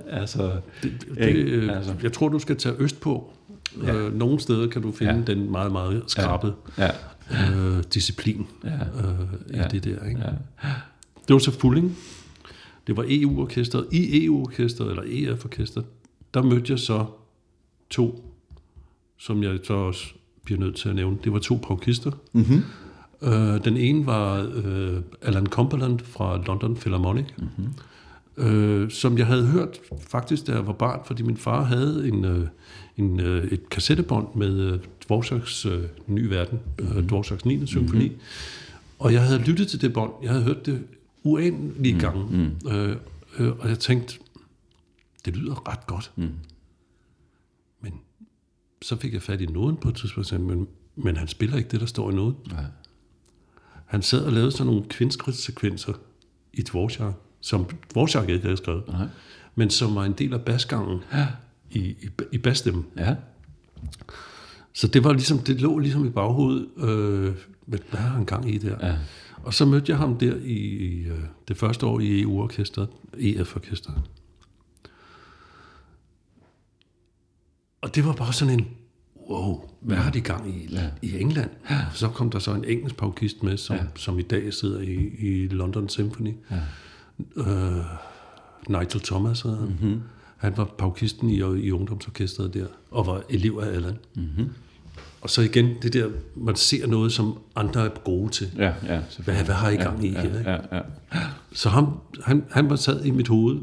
jeg tror, du skal tage østpå. Ja. Nogle steder kan du finde den meget, meget skrappe disciplin i det der. Ikke? Ja. Det var så Fulding. Det var EU-orkestret. I EU-orkestret, eller EF-orkestret, der mødte jeg så 2, som jeg så også bliver nødt til at nævne. Det var 2 paukister. Mm-hmm. Den ene var Alan Cumberland fra London Philharmonic, som jeg havde hørt faktisk, da jeg var barn, fordi min far havde et kassettebånd med Dvořáks Ny Verden, Dvořáks 9. symfoni, og jeg havde lyttet til det bånd. Jeg havde hørt det uendelige gange, og jeg tænkte, det lyder ret godt. Men så fik jeg fat i noden på et tidspunkt, men han spiller ikke det, der står i noden. Nej. Han sad og lavede sådan nogle kvindskridssekvenser i Dvořák, som Dvořák ikke havde skrevet, men som var en del af basgangen i basstemmen. Ja. Så det var ligesom, det lå ligesom i baghovedet, hvad har han gang i der? Ja. Og så mødte jeg ham der i det første år i EU-orkestret, EF-orkestret. Og det var bare sådan en, wow, hvad har de gang i England? Ja. Så kom der så en engelsk paukist med, som i dag sidder i London Symphony. Ja. Nigel Thomas hedder han. Mm-hmm. Han var paukisten i ungdomsorkestret der, og var elev af Allan. Mm-hmm. Og så igen, det der, man ser noget, som andre er gode til. Ja, hvad har I gang i her? Ja. Så han var sad i mit hoved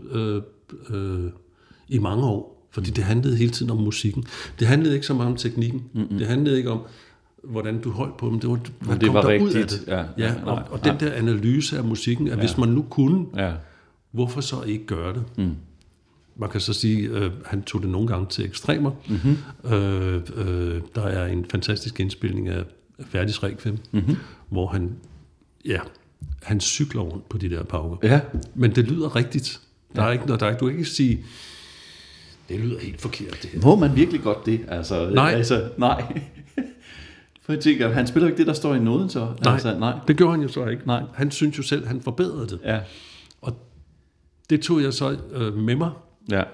i mange år, fordi det handlede hele tiden om musikken. Det handlede ikke så meget om teknikken. Mm-hmm. Det handlede ikke om, hvordan du holdt på dem. Det var, hvad det kom var der rigtigt. Ud af det. Og den der analyse af musikken, at hvis man nu kunne, hvorfor så ikke gøre det? Mm. Man kan så sige, at han tog det nogle gange til ekstremer. Mm-hmm. Der er en fantastisk indspilning af Verdis Requiem, hvor han cykler rundt på de der pauker. Ja. Men det lyder rigtigt. Der er ikke noget, du kan ikke sige, det lyder helt forkert det her. Må man virkelig godt det? Nej. Nej. For jeg tænker, han spiller ikke det, der står i noden så? Nej, det gjorde han jo så ikke. Nej. Han synes jo selv, han forbedrede det. Ja. Og det tog jeg så med mig. Ja.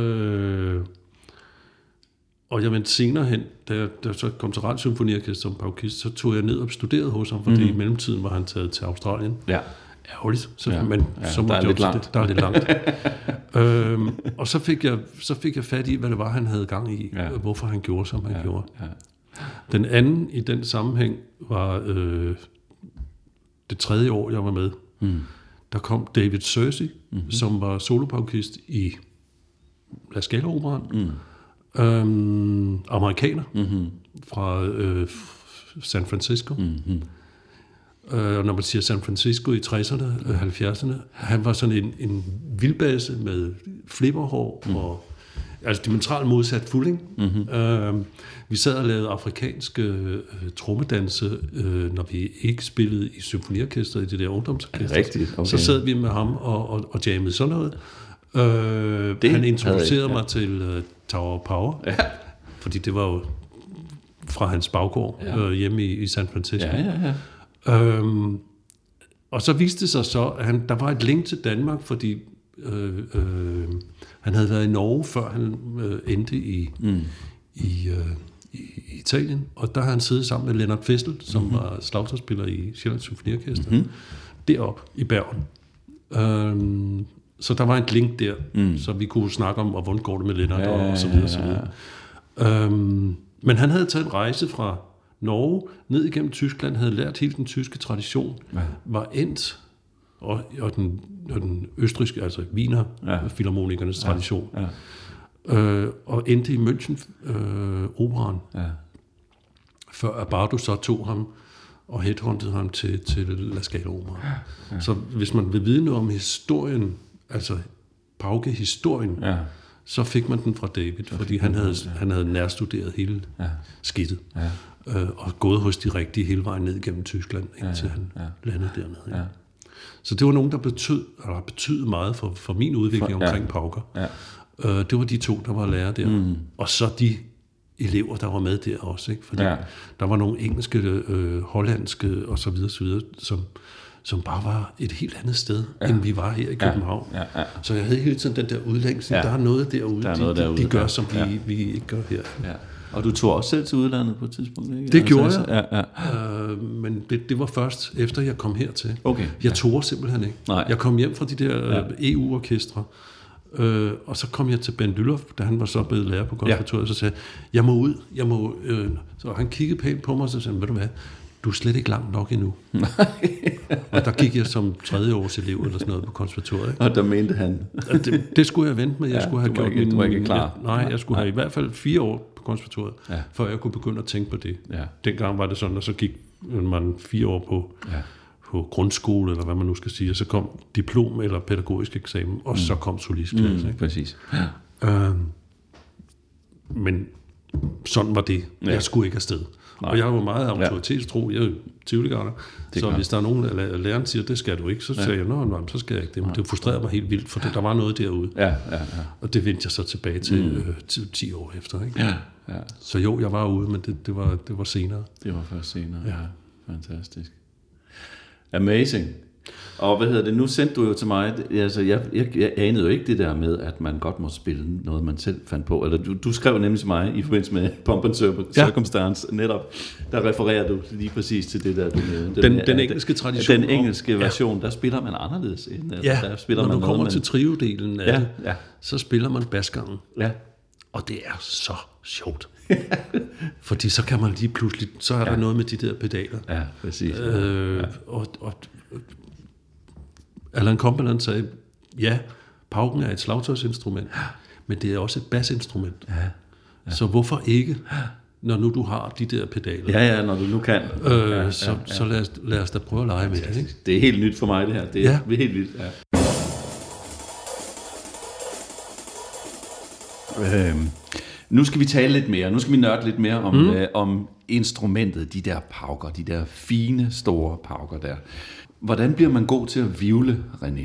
Og jeg vendte senere hen, da jeg så kom til Radiosymfoniorkestret som paukist, så tog jeg ned og studerede hos ham, fordi i mellemtiden var han taget til Australien. Ja. Ærgerligt. Men så der er lidt langt. Der er lidt langt. Og så fik jeg fat i, hvad det var, han havde gang i, hvorfor han gjorde, som han gjorde. Ja. Den anden i den sammenhæng var det 3. år, jeg var med. Der kom David Searcy, som var solopaukist i La Scala-operaen. Amerikaner fra San Francisco. Og når man siger San Francisco i 60'erne, 70'erne, han var sådan en vildbase med flipperhår og altså diametralt modsat Fulding. Vi sad og lavede afrikanske trommedanse, når vi ikke spillede i symfoniorkestret, i det der ungdomsorkester. Rigtigt? Okay. Så sad vi med ham og jammede sådan noget. Han introducerede mig til Tower of Power, fordi det var jo fra hans baggård hjemme i San Francisco. Og så viste det sig så, at der var et link til Danmark, fordi han havde været i Norge, før han endte i Italien, og der har han siddet sammen med Lennart Fessel, som var slagterspiller i Sjællands Symfoniorkester, deroppe i Bergen. Så der var et link der, så vi kunne snakke om, hvordan går det med Lennart, og så videre. Men han havde taget en rejse fra Norge ned igennem Tyskland, havde lært hele den tyske tradition, var endt, og den østrigske, altså Wiener filharmonikernes tradition, og endte i München operaen, før Bardo så tog ham og headhuntede ham til La Scala Opera. Så hvis man vil vide noget om historien, altså Pauke-historien, så fik man den fra David, fordi han havde nærstuderet hele skidtet, og gået hos de rigtige hele vejen ned gennem Tyskland, indtil han landede dernede. Ja. Så det var nogen, der betød meget for min udvikling omkring pauker. Det var de to, der var lærer der. Og så de elever, der var med der også, ikke? Fordi der var nogle engelske, hollandske og så videre, som bare var et helt andet sted, end vi var her i København. Så jeg havde hele tiden den der udlængsel. Der er noget derude, de gør, som vi ikke gør her. Ja. Og du tog også selv til udlandet på et tidspunkt, ikke? Det gjorde jeg. Men det var først efter jeg kom hertil. Okay. Jeg tog simpelthen ikke. Nej. Jeg kom hjem fra de der EU-orkestre, og så kom jeg til Ben Lylloff, da han var så blevet lærer på konservatoriet, og så sagde jeg må ud. Så han kiggede pænt på mig, og så sagde han, ved du hvad, du er slet ikke langt nok endnu. Og der gik jeg som 3. års elev eller sådan noget på konservatoriet. Og der mente han. Det skulle jeg vente med. Jeg skulle have gjort du var ikke klar. Jeg skulle have i hvert fald 4 år på konservatoriet, før jeg kunne begynde at tænke på det. Ja. Dengang var det sådan, og så gik man 4 år på grundskole, eller hvad man nu skal sige, og så kom diplom eller pædagogisk eksamen, og så kom solistklasse. Præcis. Men sådan var det. Jeg skulle ikke afsted. Og jeg var meget autoritetstro. Jeg er jo tvivlgarter. Så hvis der er nogen, der læreren siger, det skal du ikke, så siger jeg, så skal jeg ikke det. Men det frustrerede mig helt vildt, for der var noget derude. Og det vendte jeg så tilbage til 10 år efter. Ikke? Så jo, jeg var ude, men det var senere. Det var først senere. Ja. Fantastisk. Amazing. Og hvad hedder det, nu sendte du jo til mig, altså jeg anede jo ikke det der med, at man godt må spille noget, man selv fandt på, eller du skrev nemlig til mig i forbindelse med Pomp and Circumstance, netop, der refererer du lige præcis til det der, du nævnte. Den engelske tradition. Den engelske version, der spiller man anderledes. Der spiller når man du kommer til trio-delen af det, så spiller man basgangen. Ja. Og det er så sjovt. Fordi så kan man lige pludselig, så er der noget med de der pedaler. Ja, præcis. Og Allan Cumberland sagde, pauken er et slagtøjsinstrument, men det er også et basinstrument. Så hvorfor ikke, når nu du har de der pedaler? Når du nu kan. Så lad os da prøve at lege med det. Ikke? Det er helt nyt for mig, det her. Det er helt vildt. Nu skal vi tale lidt mere. Nu skal vi nørde lidt mere om instrumentet, de der pauker, de der fine, store pauker der. Hvordan bliver man god til at hvirvle, René?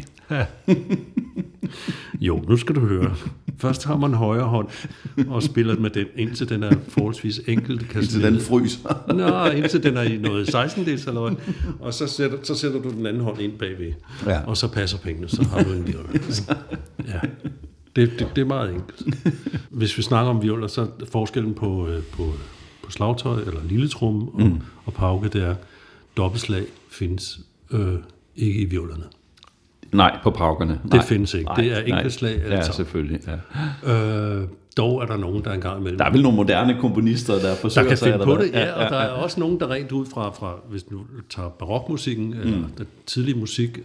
Jo, nu skal du høre. Først har man højre hånd og spiller med den, indtil den er forholdsvis enkelt. Indtil den fryser. Indtil den er i noget 16-dels eller noget. Og så sætter du den anden hånd ind bagved. Ja. Og så passer pengene, så har du en hvirvel. Ja. Det er meget enkelt. Hvis vi snakker om hvirvler, så er forskellen på slagtøj eller lilletrum og pauke, det er dobbeltslag findes ikke i hvirvlerne. Nej, på paukerne. Det findes ikke. Det er enkeltslag. Ja, selvfølgelig. Ja. Dog er der nogen, der engang imellem. Der er vel nogle moderne komponister, der forsøger sig. Der kan finde på det, og der er også nogen, der rent ud fra hvis du tager barokmusikken, eller den tidlige musik,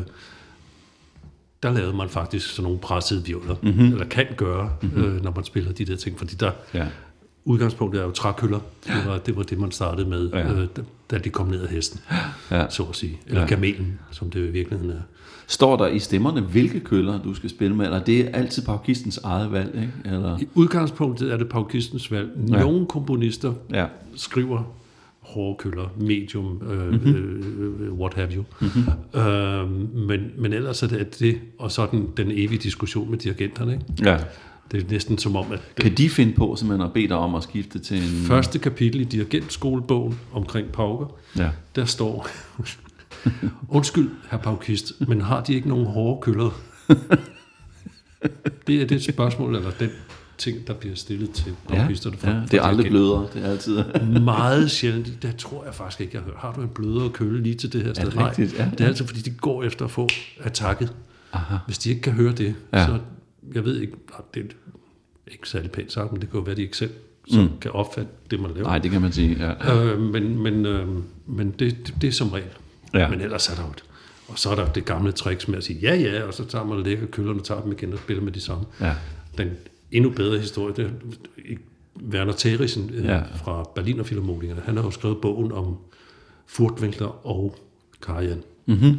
der lavede man faktisk sådan nogle pressede hvirvler, eller kan gøre, når man spiller de der ting, fordi der... Ja. Udgangspunktet er jo trækøller. Det var det, man startede med, da de kom ned af hesten, så at sige. Eller kamelen, som det i virkeligheden er. Står der i stemmerne, hvilke køller du skal spille med, eller det er altid paukistens eget valg, ikke? Eller? I udgangspunktet er det paukistens valg. Nogle komponister skriver hårde køller, medium, what have you. Men ellers er det og så den evige diskussion med dirigenterne, ikke? Ja. Det er næsten som om, at... Kan de finde på simpelthen at bede dig om at skifte til en... Første kapitel i dirigentskolebogen omkring pauker, der står... Undskyld, herr paukist, men har de ikke nogen hårde køller? Det er det spørgsmål, eller den ting, der bliver stillet til paukisterne. Det er aldrig blødere, det er altid... Meget sjældent, det tror jeg faktisk ikke, jeg har hørt. Har du en blødere kølle lige til det her sted? Nej, det er altid, fordi de går efter at få attacket. Aha. Hvis de ikke kan høre det, så... Jeg ved ikke, det er ikke særlig pænt sagt, men det kan jo være, at de ikke selv som kan opfatte det, man laver. Nej, det kan man sige, ja. Men det er som regel. Ja. Men ellers er der jo og så er der det gamle tricks med at sige ja, og så tager man lækker køllerne, tager dem igen og spiller med de samme. Ja. Den endnu bedre historie, det er Werner Teresen fra Berliner Philharmonikerne. Han har jo skrevet bogen om Furtwängler og Karajan. Mm-hmm.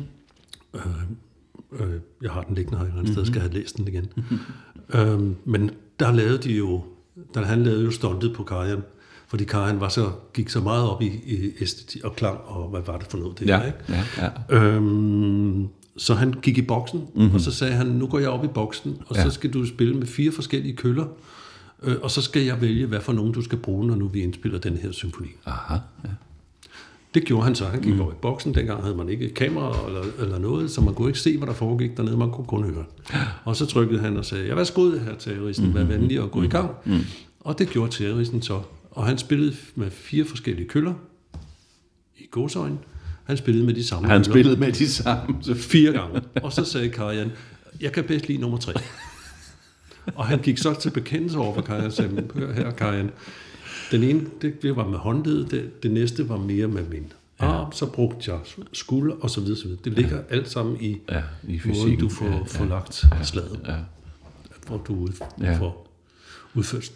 Jeg har den liggende her et eller andet sted, skal have læst den igen. Men der lavede de jo, han lavede jo stuntet på Karajan, fordi Karajan gik så meget op i æstetik og klang, og hvad var det for noget det her, ikke? Ja. Så han gik i boksen, og så sagde han, nu går jeg op i boksen, og så skal du spille med 4 forskellige køller, og så skal jeg vælge, hvad for nogen du skal bruge, når nu vi indspiller den her symfoni. Aha, ja. Det gjorde han så. Han gik over i boksen. Dengang havde man ikke kamera eller noget, så man kunne ikke se, hvad der foregik dernede. Man kunne kun høre. Og så trykkede han og sagde, værsgo her, Teresen, vær venlig og gå i gang. Og det gjorde Teresen så. Og han spillede med 4 forskellige køller i gåseøjne. Han spillede med de samme køller. Spillede med de samme. 4 gange. Og så sagde Karajan, jeg kan bedst lide nummer 3. Og han gik så til bekendelse over for Karajan og sagde, hør her, Karajan, den ene, det var med håndled, det næste var mere med min arm, så brugte jeg skulder, og så videre, så videre. Det ligger alt sammen i måden, du får lagt slaget, hvor du får udført.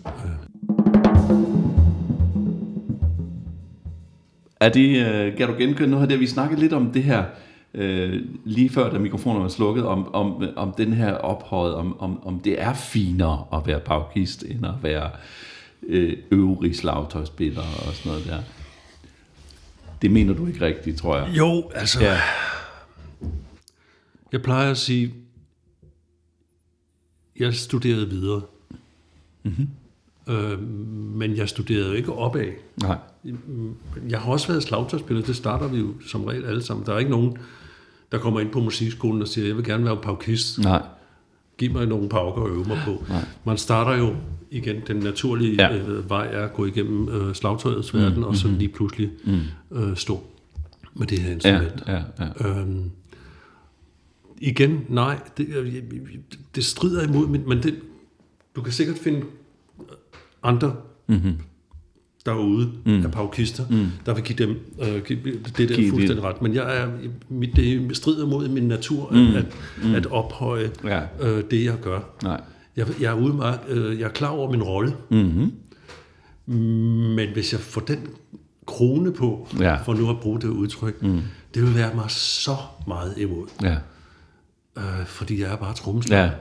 Kan du genkende noget af det, vi snakket lidt om det her, lige før da mikrofonen var slukket, om den her ophøjet, om det er finere at være paukist, end at være øvrige slagtøjsspillere og sådan noget der. Det mener du ikke rigtigt, tror jeg. Jo, altså... Ja. Jeg plejer at sige, jeg studerede videre. Mm-hmm. Men jeg studerede jo ikke opad. Nej. Jeg har også været slagtøjsspiller, det starter vi jo som regel alle sammen. Der er ikke nogen, der kommer ind på musikskolen og siger, jeg vil gerne være paukist. Nej. Giv mig nogle pauker og øve mig på. Nej. Man starter jo igen, den naturlige vej er at gå igennem slagtøjets verden, og så lige pludselig stå med det her instrument. Igen, nej, det strider imod, men du kan sikkert finde andre derude af paukister, der vil give dem det der fuldstændig ret. Men det strider mod min natur at ophøje det, jeg gør. Nej. Jeg er klar over min rolle, men hvis jeg får den krone på, for nu at bruge det udtryk, det vil være mig så meget imod. Ja. Fordi jeg er bare trommeslager.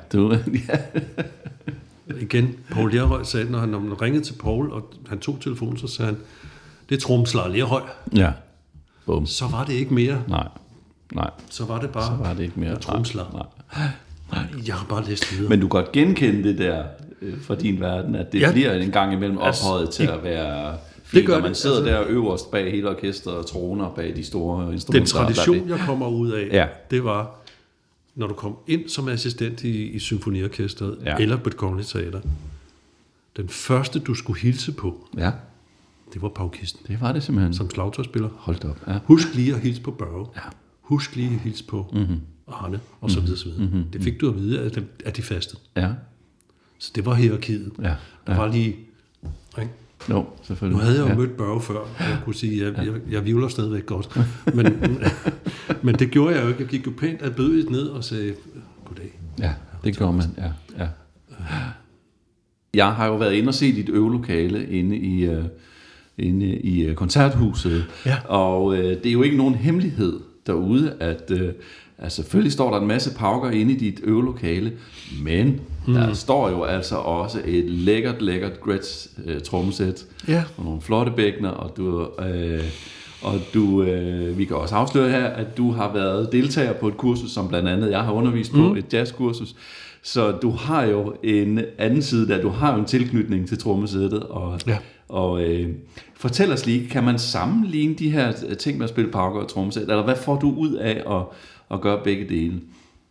Igen, Poul Lerhøj sagde, når han ringede til Poul, og han tog telefonen, så sagde han, det er trommeslager Lerhøj. Ja. Boom. Så var det ikke mere. Nej. Så var det bare trommeslager. Nej. Jeg har bare læst videre. Men du kan godt genkende det der fra din verden, at det bliver en gang imellem ophøjet til at være fint, når man sidder der øverst bag hele orkestret og troner bag de store instrumenter. Den tradition, jeg kommer ud af, det var, når du kom ind som assistent i symfoniorkestret eller på et kongeligt teater, den første, du skulle hilse på, det var paukisten. Det var det simpelthen. Som slagtøjsspiller. Hold op. Ja. Husk lige at hilse på Børge. Ja. Husk lige at hilse på Arne, og så videre, så videre. Det fik du at vide af de faste. Ja. Så det var hierarkiet. Ja. Der var lige... Ikke? No, selvfølgelig. Nu havde jeg jo mødt Børge før, og jeg kunne sige, at jeg vivler stadigvæk godt. Men det gjorde jeg jo ikke. Jeg gik jo pænt adbødigt ned og sagde, goddag. Ja, det gjorde man. Ja. Jeg har jo været inde og set dit øvelokale inde i koncerthuset, og det er jo ikke nogen hemmelighed derude, at selvfølgelig står der en masse pauker inde i dit øvelokale, men der står jo altså også et lækkert Gretsch trommesæt, og nogle flotte bækkener, og vi kan også afsløre her, at du har været deltager på et kursus, som blandt andet jeg har undervist på, et jazzkursus. Så du har jo en anden side der, du har jo en tilknytning til trommesættet, og fortæl os lige, kan man sammenligne de her ting med at spille pauker og trommesæt, eller hvad får du ud af at gøre begge dele?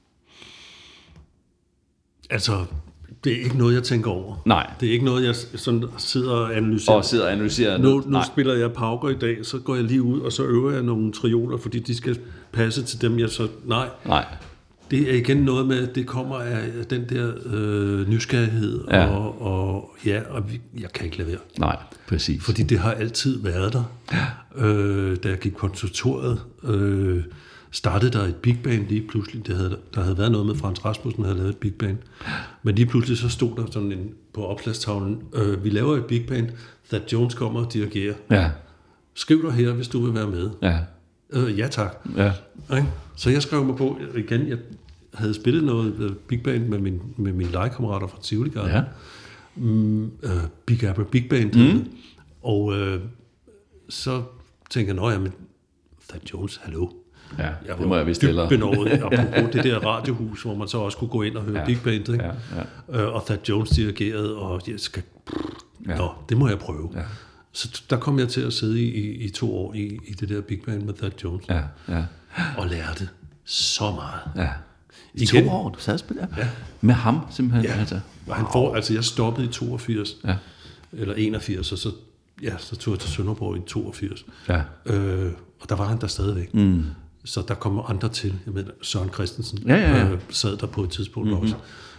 Altså, det er ikke noget, jeg tænker over. Nej. Det er ikke noget, jeg sådan sidder og analyserer. Nu spiller jeg pauker i dag, så går jeg lige ud, og så øver jeg nogle trioler, fordi de skal passe til dem, jeg så... Nej. Det er igen noget med, det kommer af den der nysgerrighed, og jeg kan ikke lade være. Nej, præcis. Fordi det har altid været der. Da jeg gik konservatoriet, startede der et big band lige pludselig. Der havde været noget med Frans Rasmussen, der havde lavet et big band. Men lige pludselig så stod der sådan på opslagstavlen, vi laver et big band, Thad Jones kommer og dirigerer. Ja. Skriv dig her, hvis du vil være med. Ja. Ja tak. Ja. Så jeg skrev mig på igen. Jeg havde spillet noget big band med mine legekammerater fra Tivoli Garden. Ja. Big Apple Big Band. Og så tænkte jeg, men Thad Jones, hallo. Ja, det må jeg vist hellere. Apropos det der radiohus, hvor man så også kunne gå ind og høre Big Band. Ikke? Ja. Og Thad Jones dirigerede, og jeg skal... det må jeg prøve. Ja. Så der kom jeg til at sidde i 2 år i det der Big Band med Thad Jones. Ja. Og lærte så meget. Ja. I 2 år, du sad og spillede? Ja. Med ham simpelthen? Ja. Jeg stoppede i 82, eller 81, og så tog jeg til Sønderborg i 82. Ja. Og der var han der stadigvæk. Så der kommer andre til. Jeg mener, Søren Christensen sad der på et tidspunkt også.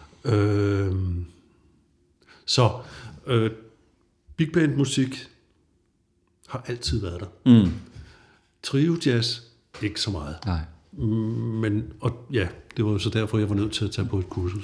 Big Band musik har altid været der. Trio jazz, ikke så meget. Nej. Men, det var jo så derfor, jeg var nødt til at tage på et kursus.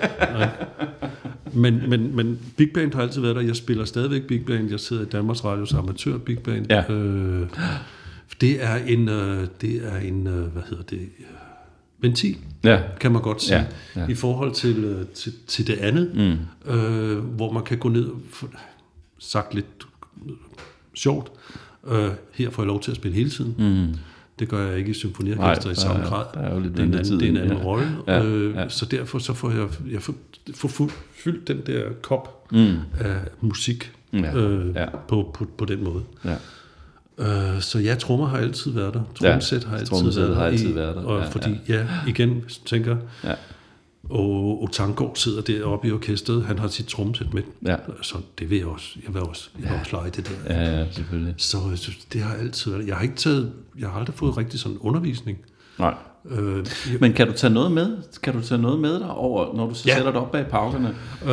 Men Big Band har altid været der. Jeg spiller stadigvæk Big Band. Jeg sidder i Danmarks Radios amatør Big Band. Ja. Det er en ventil, kan man godt sige, i forhold til det andet, hvor man kan gå ned, sagt lidt sjovt, her får jeg lov til at spille hele tiden. Det gør jeg ikke i symfoniorkester i samme grad. Det er en anden rolle. Så derfor så får jeg fyldt den der kop af musik på den måde. Ja. Så trommer har altid været der. Trommesæt har altid været der. Og fordi, igen, tænker og Tanggaard sidder deroppe i orkestret, han har sit trommesæt med. Ja. Så det vil jeg også. Jeg vil også lege det der. Ja, selvfølgelig. Så det har altid været. Jeg har aldrig fået rigtig sådan undervisning. Nej. Men kan du tage noget med? Kan du tage noget med dig over, når du så sætter dig op bag paukerne?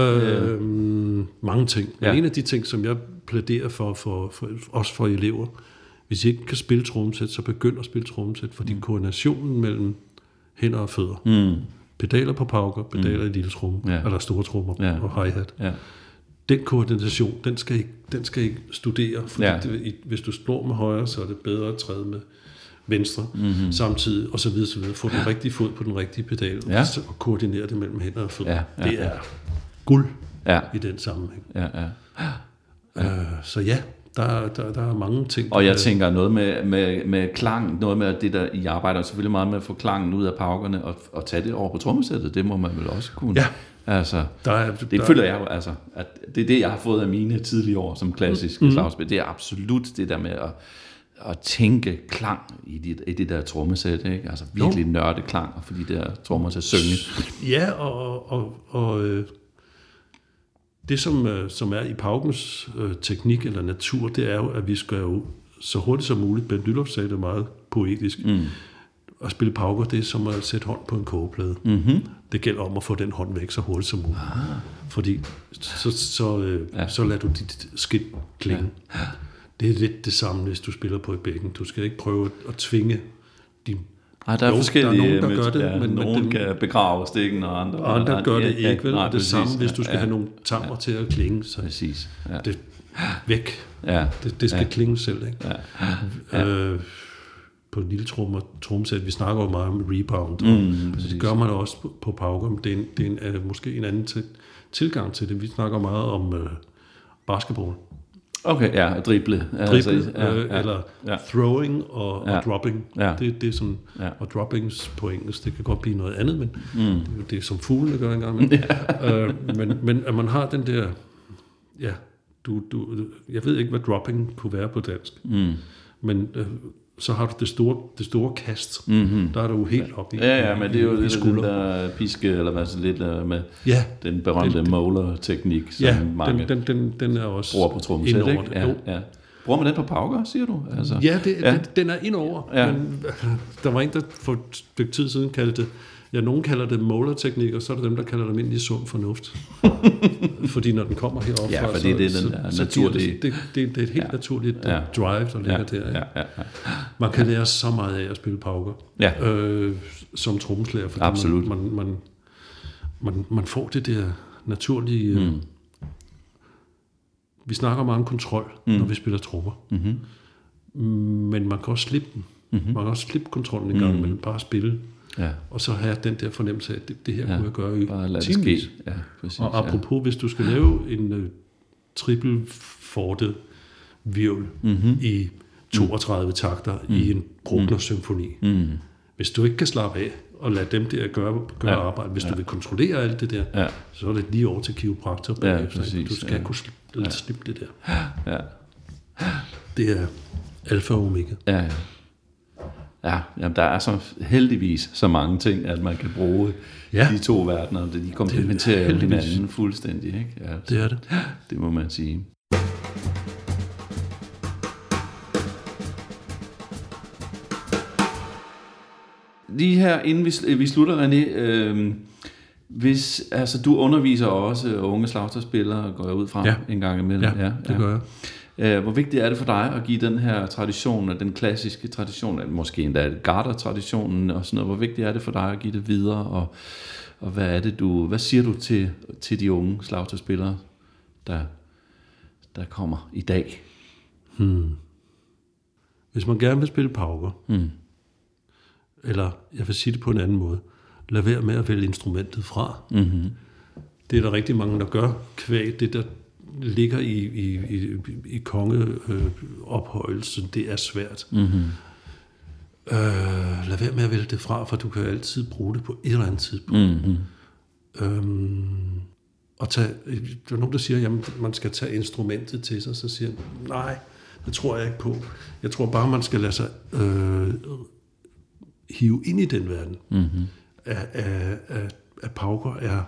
Mange ting. Men en af de ting, som jeg plæderer også for elever, hvis I ikke kan spille trommesæt, så begynd at spille trommesæt, fordi koordinationen mellem hænder og fødder, pedaler på pauker, pedaler i lille tromme, eller store trommer og hi-hat. Ja. Den koordination, den skal I studere, fordi hvis du slår med højre, så er det bedre at træde med venstre samtidig, og så videre. Få den rigtige fod på den rigtige pedal, og koordinere det mellem hænder og fødder. Det er guld i den sammenhæng. Så der er mange ting. Og jeg tænker noget med klang, noget med det der, I arbejder selvfølgelig meget med at få klangen ud af paukerne og tage det over på trommesættet, det må man vel også kunne. Ja. Altså, føler jeg jo, altså, at det er det, jeg har fået af mine tidlige år som klassisk slagspil. Det er absolut det der med at tænke klang i det der trommesæt, ikke? Altså virkelig nørde klang, og fordi det der trommer til at synge. Ja, og det, som er i paukens teknik eller natur, det er jo, at vi skal jo så hurtigt som muligt, Ben Nylund sagde det meget poetisk, at spille pauker, det er som at sætte hånd på en kogeplade. Det gælder om at få den hånd væk så hurtigt som muligt. Fordi så lader du dit skidt klinge. Det er lidt det samme, hvis du spiller på et bækken. Du skal ikke prøve at tvinge din... Nej, der er forskellige... Der er nogen, der gør det. Men nogen kan begrave stikken, og andre gør det ikke, vel? Nej, det samme, hvis du skal have nogle tammer til at klinge. Så præcis. Det væk. Det skal klinge selv, ikke? På en lille trommesæt, vi snakker jo meget om rebound, så det gør man også på pauker, men det er måske en anden tilgang til det. Vi snakker meget om basketball. Okay, drible. Eller throwing og dropping. Det er sådan, og droppings på engelsk, det kan godt blive noget andet, men det er som fuglene gør engang. Men at man har den der, jeg ved ikke, hvad dropping kunne være på dansk, men så har du det store kast. Der er du helt oppe i. Men det er jo lidt den der piske, eller hvad så lidt med den berømte Moeller-teknik, som mange den er også bruger på trommesæt, ikke? Bruger man den på pauker, siger du? Altså, Ja, den er indover. Ja. Men der var en, der for et stykke tid siden kaldte det, nogen kalder det målerteknik, og så er der dem, der kalder det almindelig sund fornuft. Fordi når den kommer heroppe, ja, fordi det er den der naturlige... Det er et helt naturligt drive, der ligger der. Ja. Man kan lære så meget af at spille pauker, som trommeslager, fordi absolut. Man får det der naturlige... Vi snakker meget om kontrol, når vi spiller trommer. Men man kan også slippe den. Man kan også slippe kontrollen en gang, men bare spille. Ja. Og så have den der fornemmelse af, at det her kunne jeg gøre i timevis. Ja, og apropos, hvis du skal lave en triple forte virvel i 32 takter i en Bruckner-symfoni. Hvis du ikke kan slappe af og lade dem der gøre arbejde, hvis du vil kontrollere alt det der, så er det lige over til kiropraktor bagefter. Du skal kunne slippe det der. Ja. Det er alfa og omega. Ja, jamen der er så heldigvis så mange ting, at man kan bruge de to verdener, de komplementerer hinanden fuldstændig. Ikke? Altså, det er det. Det må man sige. Lige her, inden vi slutter, René, hvis du underviser også unge slagterspillere, går jeg ud fra en gang imellem. Ja, det gør jeg. Hvor vigtigt er det for dig at give den her tradition, den klassiske tradition, måske endda Garder-traditionen og sådan noget, hvor vigtigt er det for dig at give det videre, og hvad siger du til de unge slagterspillere, der kommer i dag? Hvis man gerne vil spille pauker, eller jeg vil sige det på en anden måde, lad være med at vælge instrumentet fra. Det er der rigtig mange, der gør, kvæg det, der ligger i kongeophøjelsen, det er svært. Lad være med at vælge det fra, for du kan altid bruge det på et eller andet tidspunkt. Og der er nogen, der siger, at man skal tage instrumentet til sig, så siger jeg, nej, det tror jeg ikke på. Jeg tror bare, man skal lade sig hive ind i den verden. At pauker er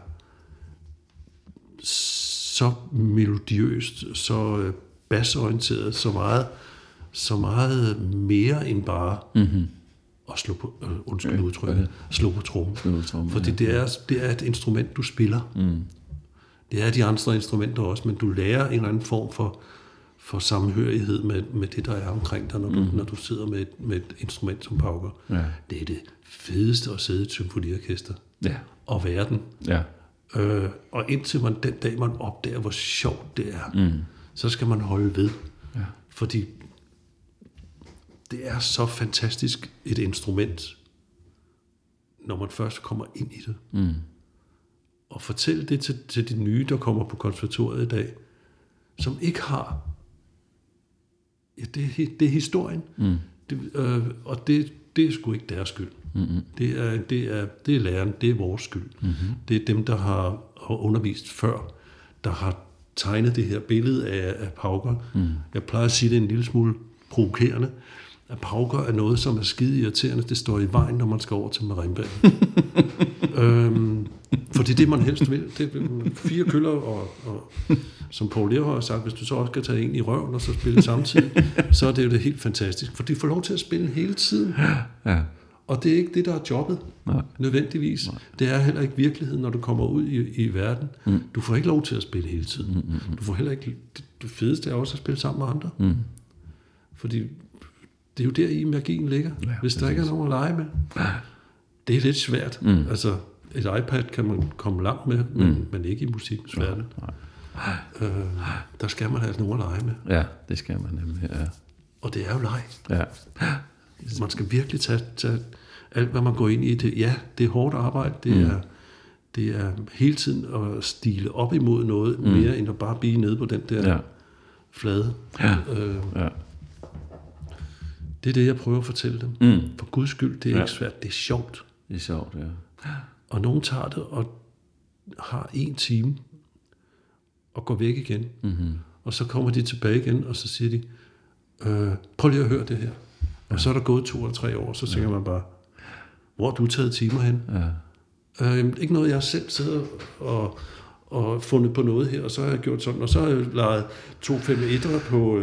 så melodiøst, så basorienteret, så meget mere end bare at slå på, slå på trommen. Fordi det er et instrument, du spiller. Det er de andre instrumenter også, men du lærer en eller anden form for samhørighed med det, der er omkring dig, når du sidder med et instrument som pauker. Ja. Det er det fedeste at sidde i et symfoniorkester og være den. Ja. Og indtil den dag, man opdager, hvor sjovt det er, så skal man holde ved. Ja. Fordi det er så fantastisk et instrument, når man først kommer ind i det. Og fortæl det til de nye, der kommer på konservatoriet i dag, som ikke har... Ja, det er historien. Og det er sgu ikke deres skyld. Det er læreren, det er vores skyld. Det er dem, der har undervist før, der har tegnet det her billede af pauker. Jeg plejer at sige det en lille smule provokerende, at pauker er noget, som er skide irriterende. Det står i vejen, når man skal over til marimbaen. For det er det, man helst vil. Det er 4 køller, og som Paul Lerhøj har sagt, hvis du så også skal tage en i røven og så spille samtidig, så er det jo det helt fantastisk. For de får lov til at spille hele tiden. Ja. Og det er ikke det, der er jobbet, nødvendigvis. Nej. Det er heller ikke virkeligheden, når du kommer ud i verden. Du får ikke lov til at spille hele tiden. Du får heller ikke... Det fedeste er også at spille sammen med andre. Fordi det er jo der i magien ligger. Ja, hvis der ikke er nogen at lege med. Det er lidt svært. Altså, et iPad kan man komme langt med, men ikke i musikkens verden. Der skal man have nogen at lege med. Ja, det skal man nemlig, ja. Og det er jo leg. Ja. Man skal virkelig tage alt, hvad man går ind i. Det er hårdt arbejde. Det er hele tiden at stile op imod noget, mere end at bare blive nede på den der flade. Ja. Det er det, jeg prøver at fortælle dem. For Guds skyld, det er ikke svært. Det er sjovt. Det er sjovt, ja. Og nogen tager det og har 1 time og går væk igen. Og så kommer de tilbage igen, og så siger de, prøv lige at høre det her. Og så er der gået 2 eller 3 år, så tænker man bare, hvor har du taget timer hen? Ikke noget, jeg selv sidder og fundet på noget her, og så har jeg gjort sådan, og så har jeg lejet 2 5-1'ere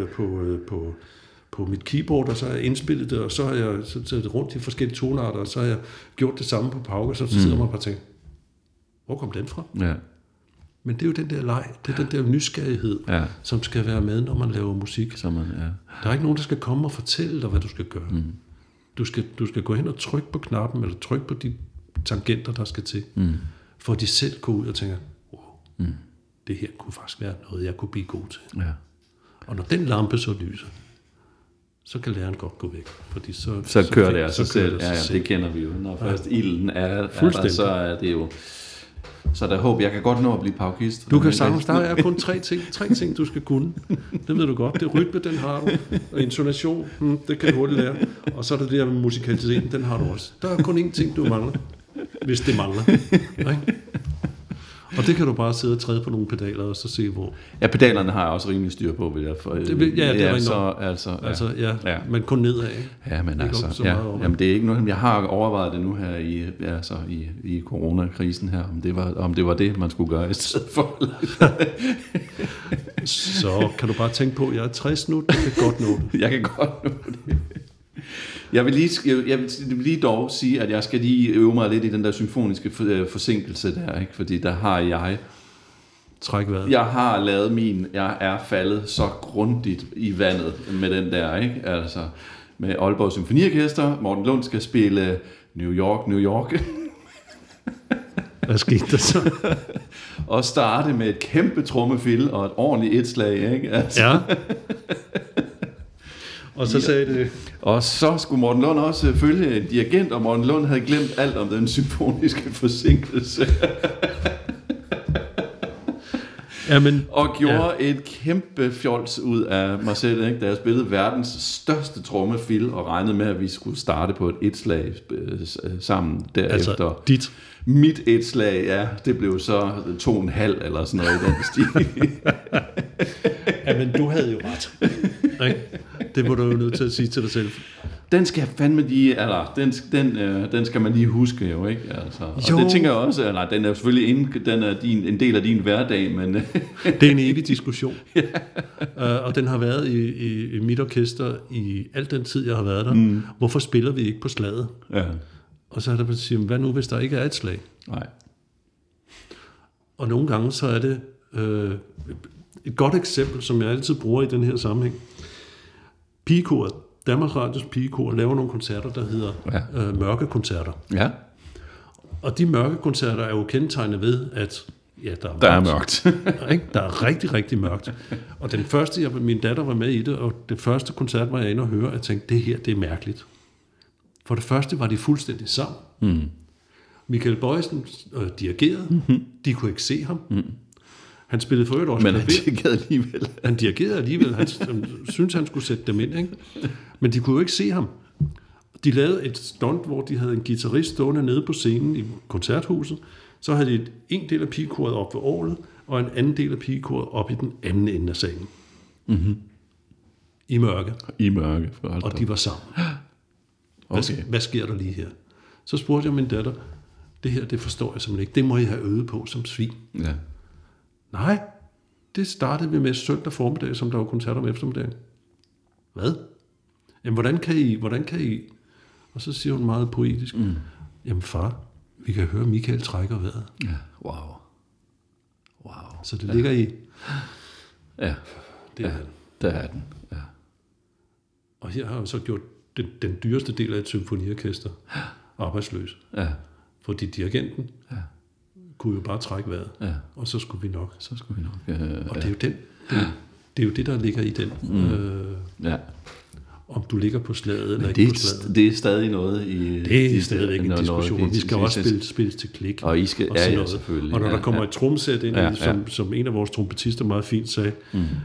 på mit keyboard, og så har jeg indspillet det, og så har jeg taget det rundt i forskellige tonarter, og så har jeg gjort det samme på pauke, og så sidder man bare og tænker, hvor kom den fra? Ja. Men det er jo den der leg, det er den der nysgerrighed, som skal være med, når man laver musik. Så man, Der er ikke nogen, der skal komme og fortælle dig, hvad du skal gøre. Du skal gå hen og trykke på knappen, eller trykke på de tangenter, der skal til, for at de selv går ud og tænker, det her kunne faktisk være noget, jeg kunne blive god til. Ja. Og når den lampe så lyser, så kan læreren godt gå væk. Fordi så kører det af sig selv. Ja, det kender vi jo. Når først ilden er der, så er det jo... Så der håb, jeg kan godt nå at blive paukist. Du kan sagtens, der er kun tre ting, du skal kunne. Det ved du godt. Det rytme, den har du. Og intonation, det kan du hurtigt lære. Og så er det der med musikaliteten, den har du også. Der er kun én ting, du mangler, hvis det mangler. Ikke? Og det kan du bare sidde og træde på nogle pedaler, og så se hvor. Ja, pedalerne har jeg også rimelig styr på, vil jeg for. Det er så, men kun nedad. Ja, men altså, jamen det er ikke noget, jeg har overvejet det nu her i coronakrisen her, om det var det, man skulle gøre i stedet for. Så kan du bare tænke på, jeg er 60 nu, det kan godt nå det. Jeg kan godt nå det. Jeg vil lige dog sige, at jeg skal lige øve mig lidt i den der symfoniske forsinkelse der, ikke? Fordi der har jeg... Træk vejret. Jeg har lavet jeg er faldet så grundigt i vandet med den der, ikke? Altså, med Aalborg Symfoniorkester, Morten Lund skal spille New York, New York. Hvad skete der så? Og starte med et kæmpe trommefil og et ordentligt etslag, ikke? Altså. Ja. Og så sagde det... Og så skulle Morten Lund også følge en dirigent, og Morten Lund havde glemt alt om den symfoniske forsinkelse. Jamen, og gjorde et kæmpe fjols ud af mig selv, ikke? Da jeg spillede verdens største trommefil og regnede med, at vi skulle starte på et etslag sammen derefter. Altså dit? Mit etslag, ja, det blev så 2,5 eller sådan noget i den stil. Jamen, du havde jo ret. Ikke? Det må du jo nødt til at sige til dig selv. Den skal fandme lige, eller den skal man lige huske jo, ikke? Altså, og jo. Det tænker jeg også, eller den er selvfølgelig en del af din hverdag, men... Det er en evig diskussion. Og den har været i mit orkester i al den tid, jeg har været der. Hvorfor spiller vi ikke på slaget? Ja. Og så er der blevet sige, hvad nu, hvis der ikke er et slag? Nej. Og nogle gange så er det et godt eksempel, som jeg altid bruger i den her sammenhæng. Pigekoret, Danmarks Radios pigekor, laver nogle koncerter, der hedder mørke koncerter. Ja. Og de mørke koncerter er jo kendetegnet ved, at der er mørkt. Der er rigtig, rigtig mørkt. Og den første, min datter var med i det, og det første koncert var jeg inde og høre, og jeg tænkte, det her, det er mærkeligt. For det første var de fuldstændig sammen. Michael Bojesen dirigerede. De kunne ikke se ham. Han spillede for øvrigt også klaver. Men han dirigerede alligevel. Han dirigerede alligevel. Han syntes, han skulle sætte dem ind. Ikke? Men de kunne jo ikke se ham. De lavede et stunt, hvor de havde en guitarist stående nede på scenen i koncerthuset. Så havde de en del af pigekoret op ved orglet, og en anden del af pigekoret op i den anden ende af salen. I mørke. I mørke. Og de var sammen. Okay. Hvad sker der lige her? Så spurgte jeg min datter, det her, det forstår jeg simpelthen ikke. Det må I have øvet på som svin. Ja. Nej, det startede vi med søndag formiddag, som der var koncert om eftermiddagen. Hvad? Jamen, hvordan kan I? Og så siger hun meget poetisk, jamen far, vi kan høre Michael trækker vejret. Ja, wow. Så det ligger i... Ja, det er den. Der er den, ja. Og her har vi så gjort den dyreste del af et symfoniorkester arbejdsløs. Ja. Fordi dirigenten kunne jo bare trække vejret, og så skulle vi nok. Og det er jo det er jo det, der ligger i den. Om du ligger på slaget eller ikke på slaget. Det er stadig noget i... Det er stadigvæk en diskussion. Vi skal også spille til klik. Og I skal, og ja, selvfølgelig. Og når der kommer et trommesæt ind, som en af vores trompetister meget fint sagde,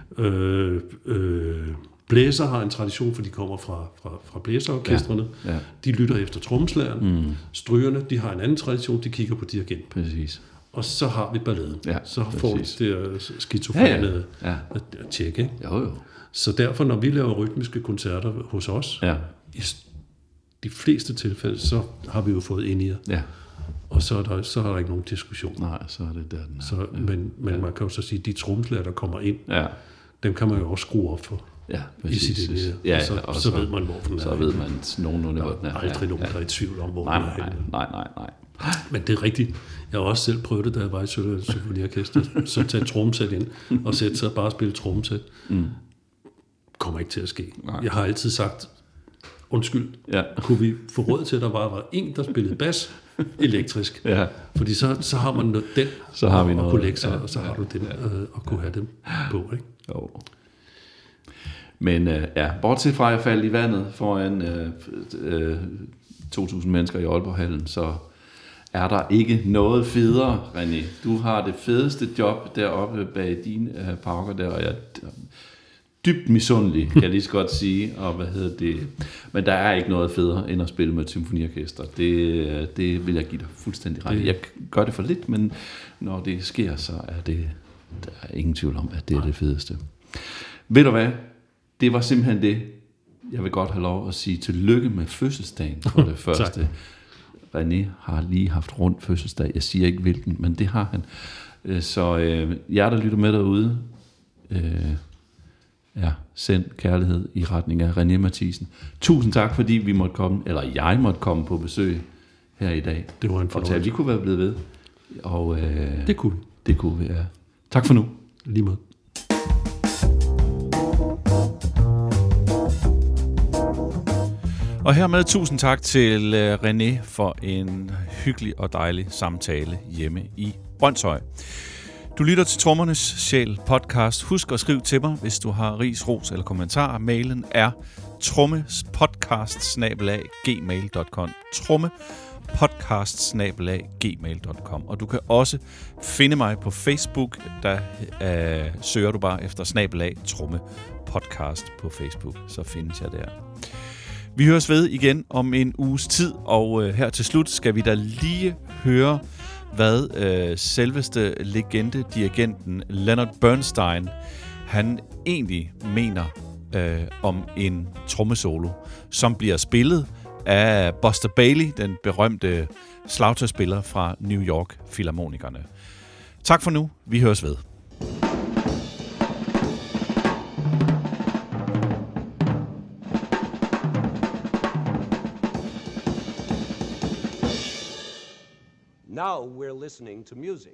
blæser har en tradition, for de kommer fra blæserorkestrene. Ja. De lytter efter trommeslageren. Strygerne, de har en anden tradition, de kigger på dirigenten. Præcis. Og så har vi balladen. Ja, så får vi det skizofrene at tjekke. Jo. Så derfor, når vi laver rytmiske koncerter hos os, i de fleste tilfælde, så har vi jo fået ind i Ja. Og så er der ikke nogen diskussion. Nej, så er det der, den er. Så, men man kan jo så sige, at de trommeslager, der kommer ind, dem kan man jo også skrue op for. Ja, præcis. I sit og så ved man, hvor den er. Så ved man nogenlunde, hvor den er. Der er aldrig nogen, der er i tvivl om, hvor den er henne. Nej. Men det er rigtigt. Jeg har også selv prøvet det, da jeg var i Sønderjyllands Symfoniorkester. Så tage et trommesæt ind, og sætte sig bare og spille trommesæt. Kommer ikke til at ske. Nej. Jeg har altid sagt, undskyld, kunne vi få råd til, at der bare var en, der spillede bas elektrisk? Ja. Fordi så har man den, så har vi noget, at kunne lægge sig, og så har du den, og kunne have dem på, ikke? Jo. Men bortset fra at falde i vandet foran 2.000 mennesker i Aalborghallen, så er der ikke noget federe, René. Du har det fedeste job deroppe bag dine pauker der, og jeg er dybt misundelig, kan jeg lige så godt sige. Og men der er ikke noget federe, end at spille med et symfoniorkester. Det vil jeg give dig fuldstændig ret. Jeg gør det for lidt, men når det sker, så er der er ingen tvivl om, at det er det fedeste. Ved du hvad? Det var simpelthen det. Jeg vil godt have lov at sige tillykke med fødselsdagen for det første. René har lige haft rundt fødselsdag. Jeg siger ikke hvilken, men det har han. Så jer, der lytter med derude, send kærlighed i retning af René Matthiesen. Tusind tak, fordi vi måtte komme, eller jeg måtte komme på besøg her i dag. Det var en fornøjelse. Vi kunne være blevet ved. Og, det kunne vi, ja. Tak for nu. Lige måde. Og hermed tusind tak til René for en hyggelig og dejlig samtale hjemme i Brønshøj. Du lytter til Trommernes Sjæl podcast. Husk at skrive til mig, hvis du har ris, ros eller kommentarer. Mailen er trommespodcast@gmail.com. trommepodcast@gmail.com. Og du kan også finde mig på Facebook. Der søger du bare efter @trommepodcast på Facebook. Så findes jeg der. Vi høres ved igen om en uges tid, og her til slut skal vi da lige høre, hvad selveste legende-dirigenten Leonard Bernstein, han egentlig mener om en trommesolo, som bliver spillet af Buster Bailey, den berømte slagtøjspiller fra New York Philharmonikerne. Tak for nu. Vi høres ved. Now we're listening to music.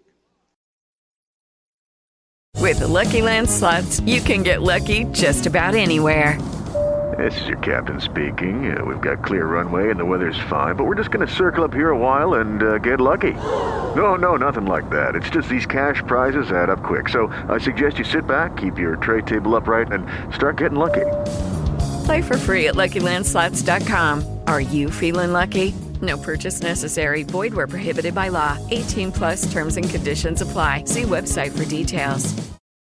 With the Lucky Land Slots, you can get lucky just about anywhere. This is your captain speaking. We've got clear runway and the weather's fine, but we're just going to circle up here a while and get lucky. No, nothing like that. It's just these cash prizes add up quick. So I suggest you sit back, keep your tray table upright, and start getting lucky. Play for free at LuckyLandSlots.com. Are you feeling lucky? No purchase necessary. Void where prohibited by law. 18+ terms and conditions apply. See website for details.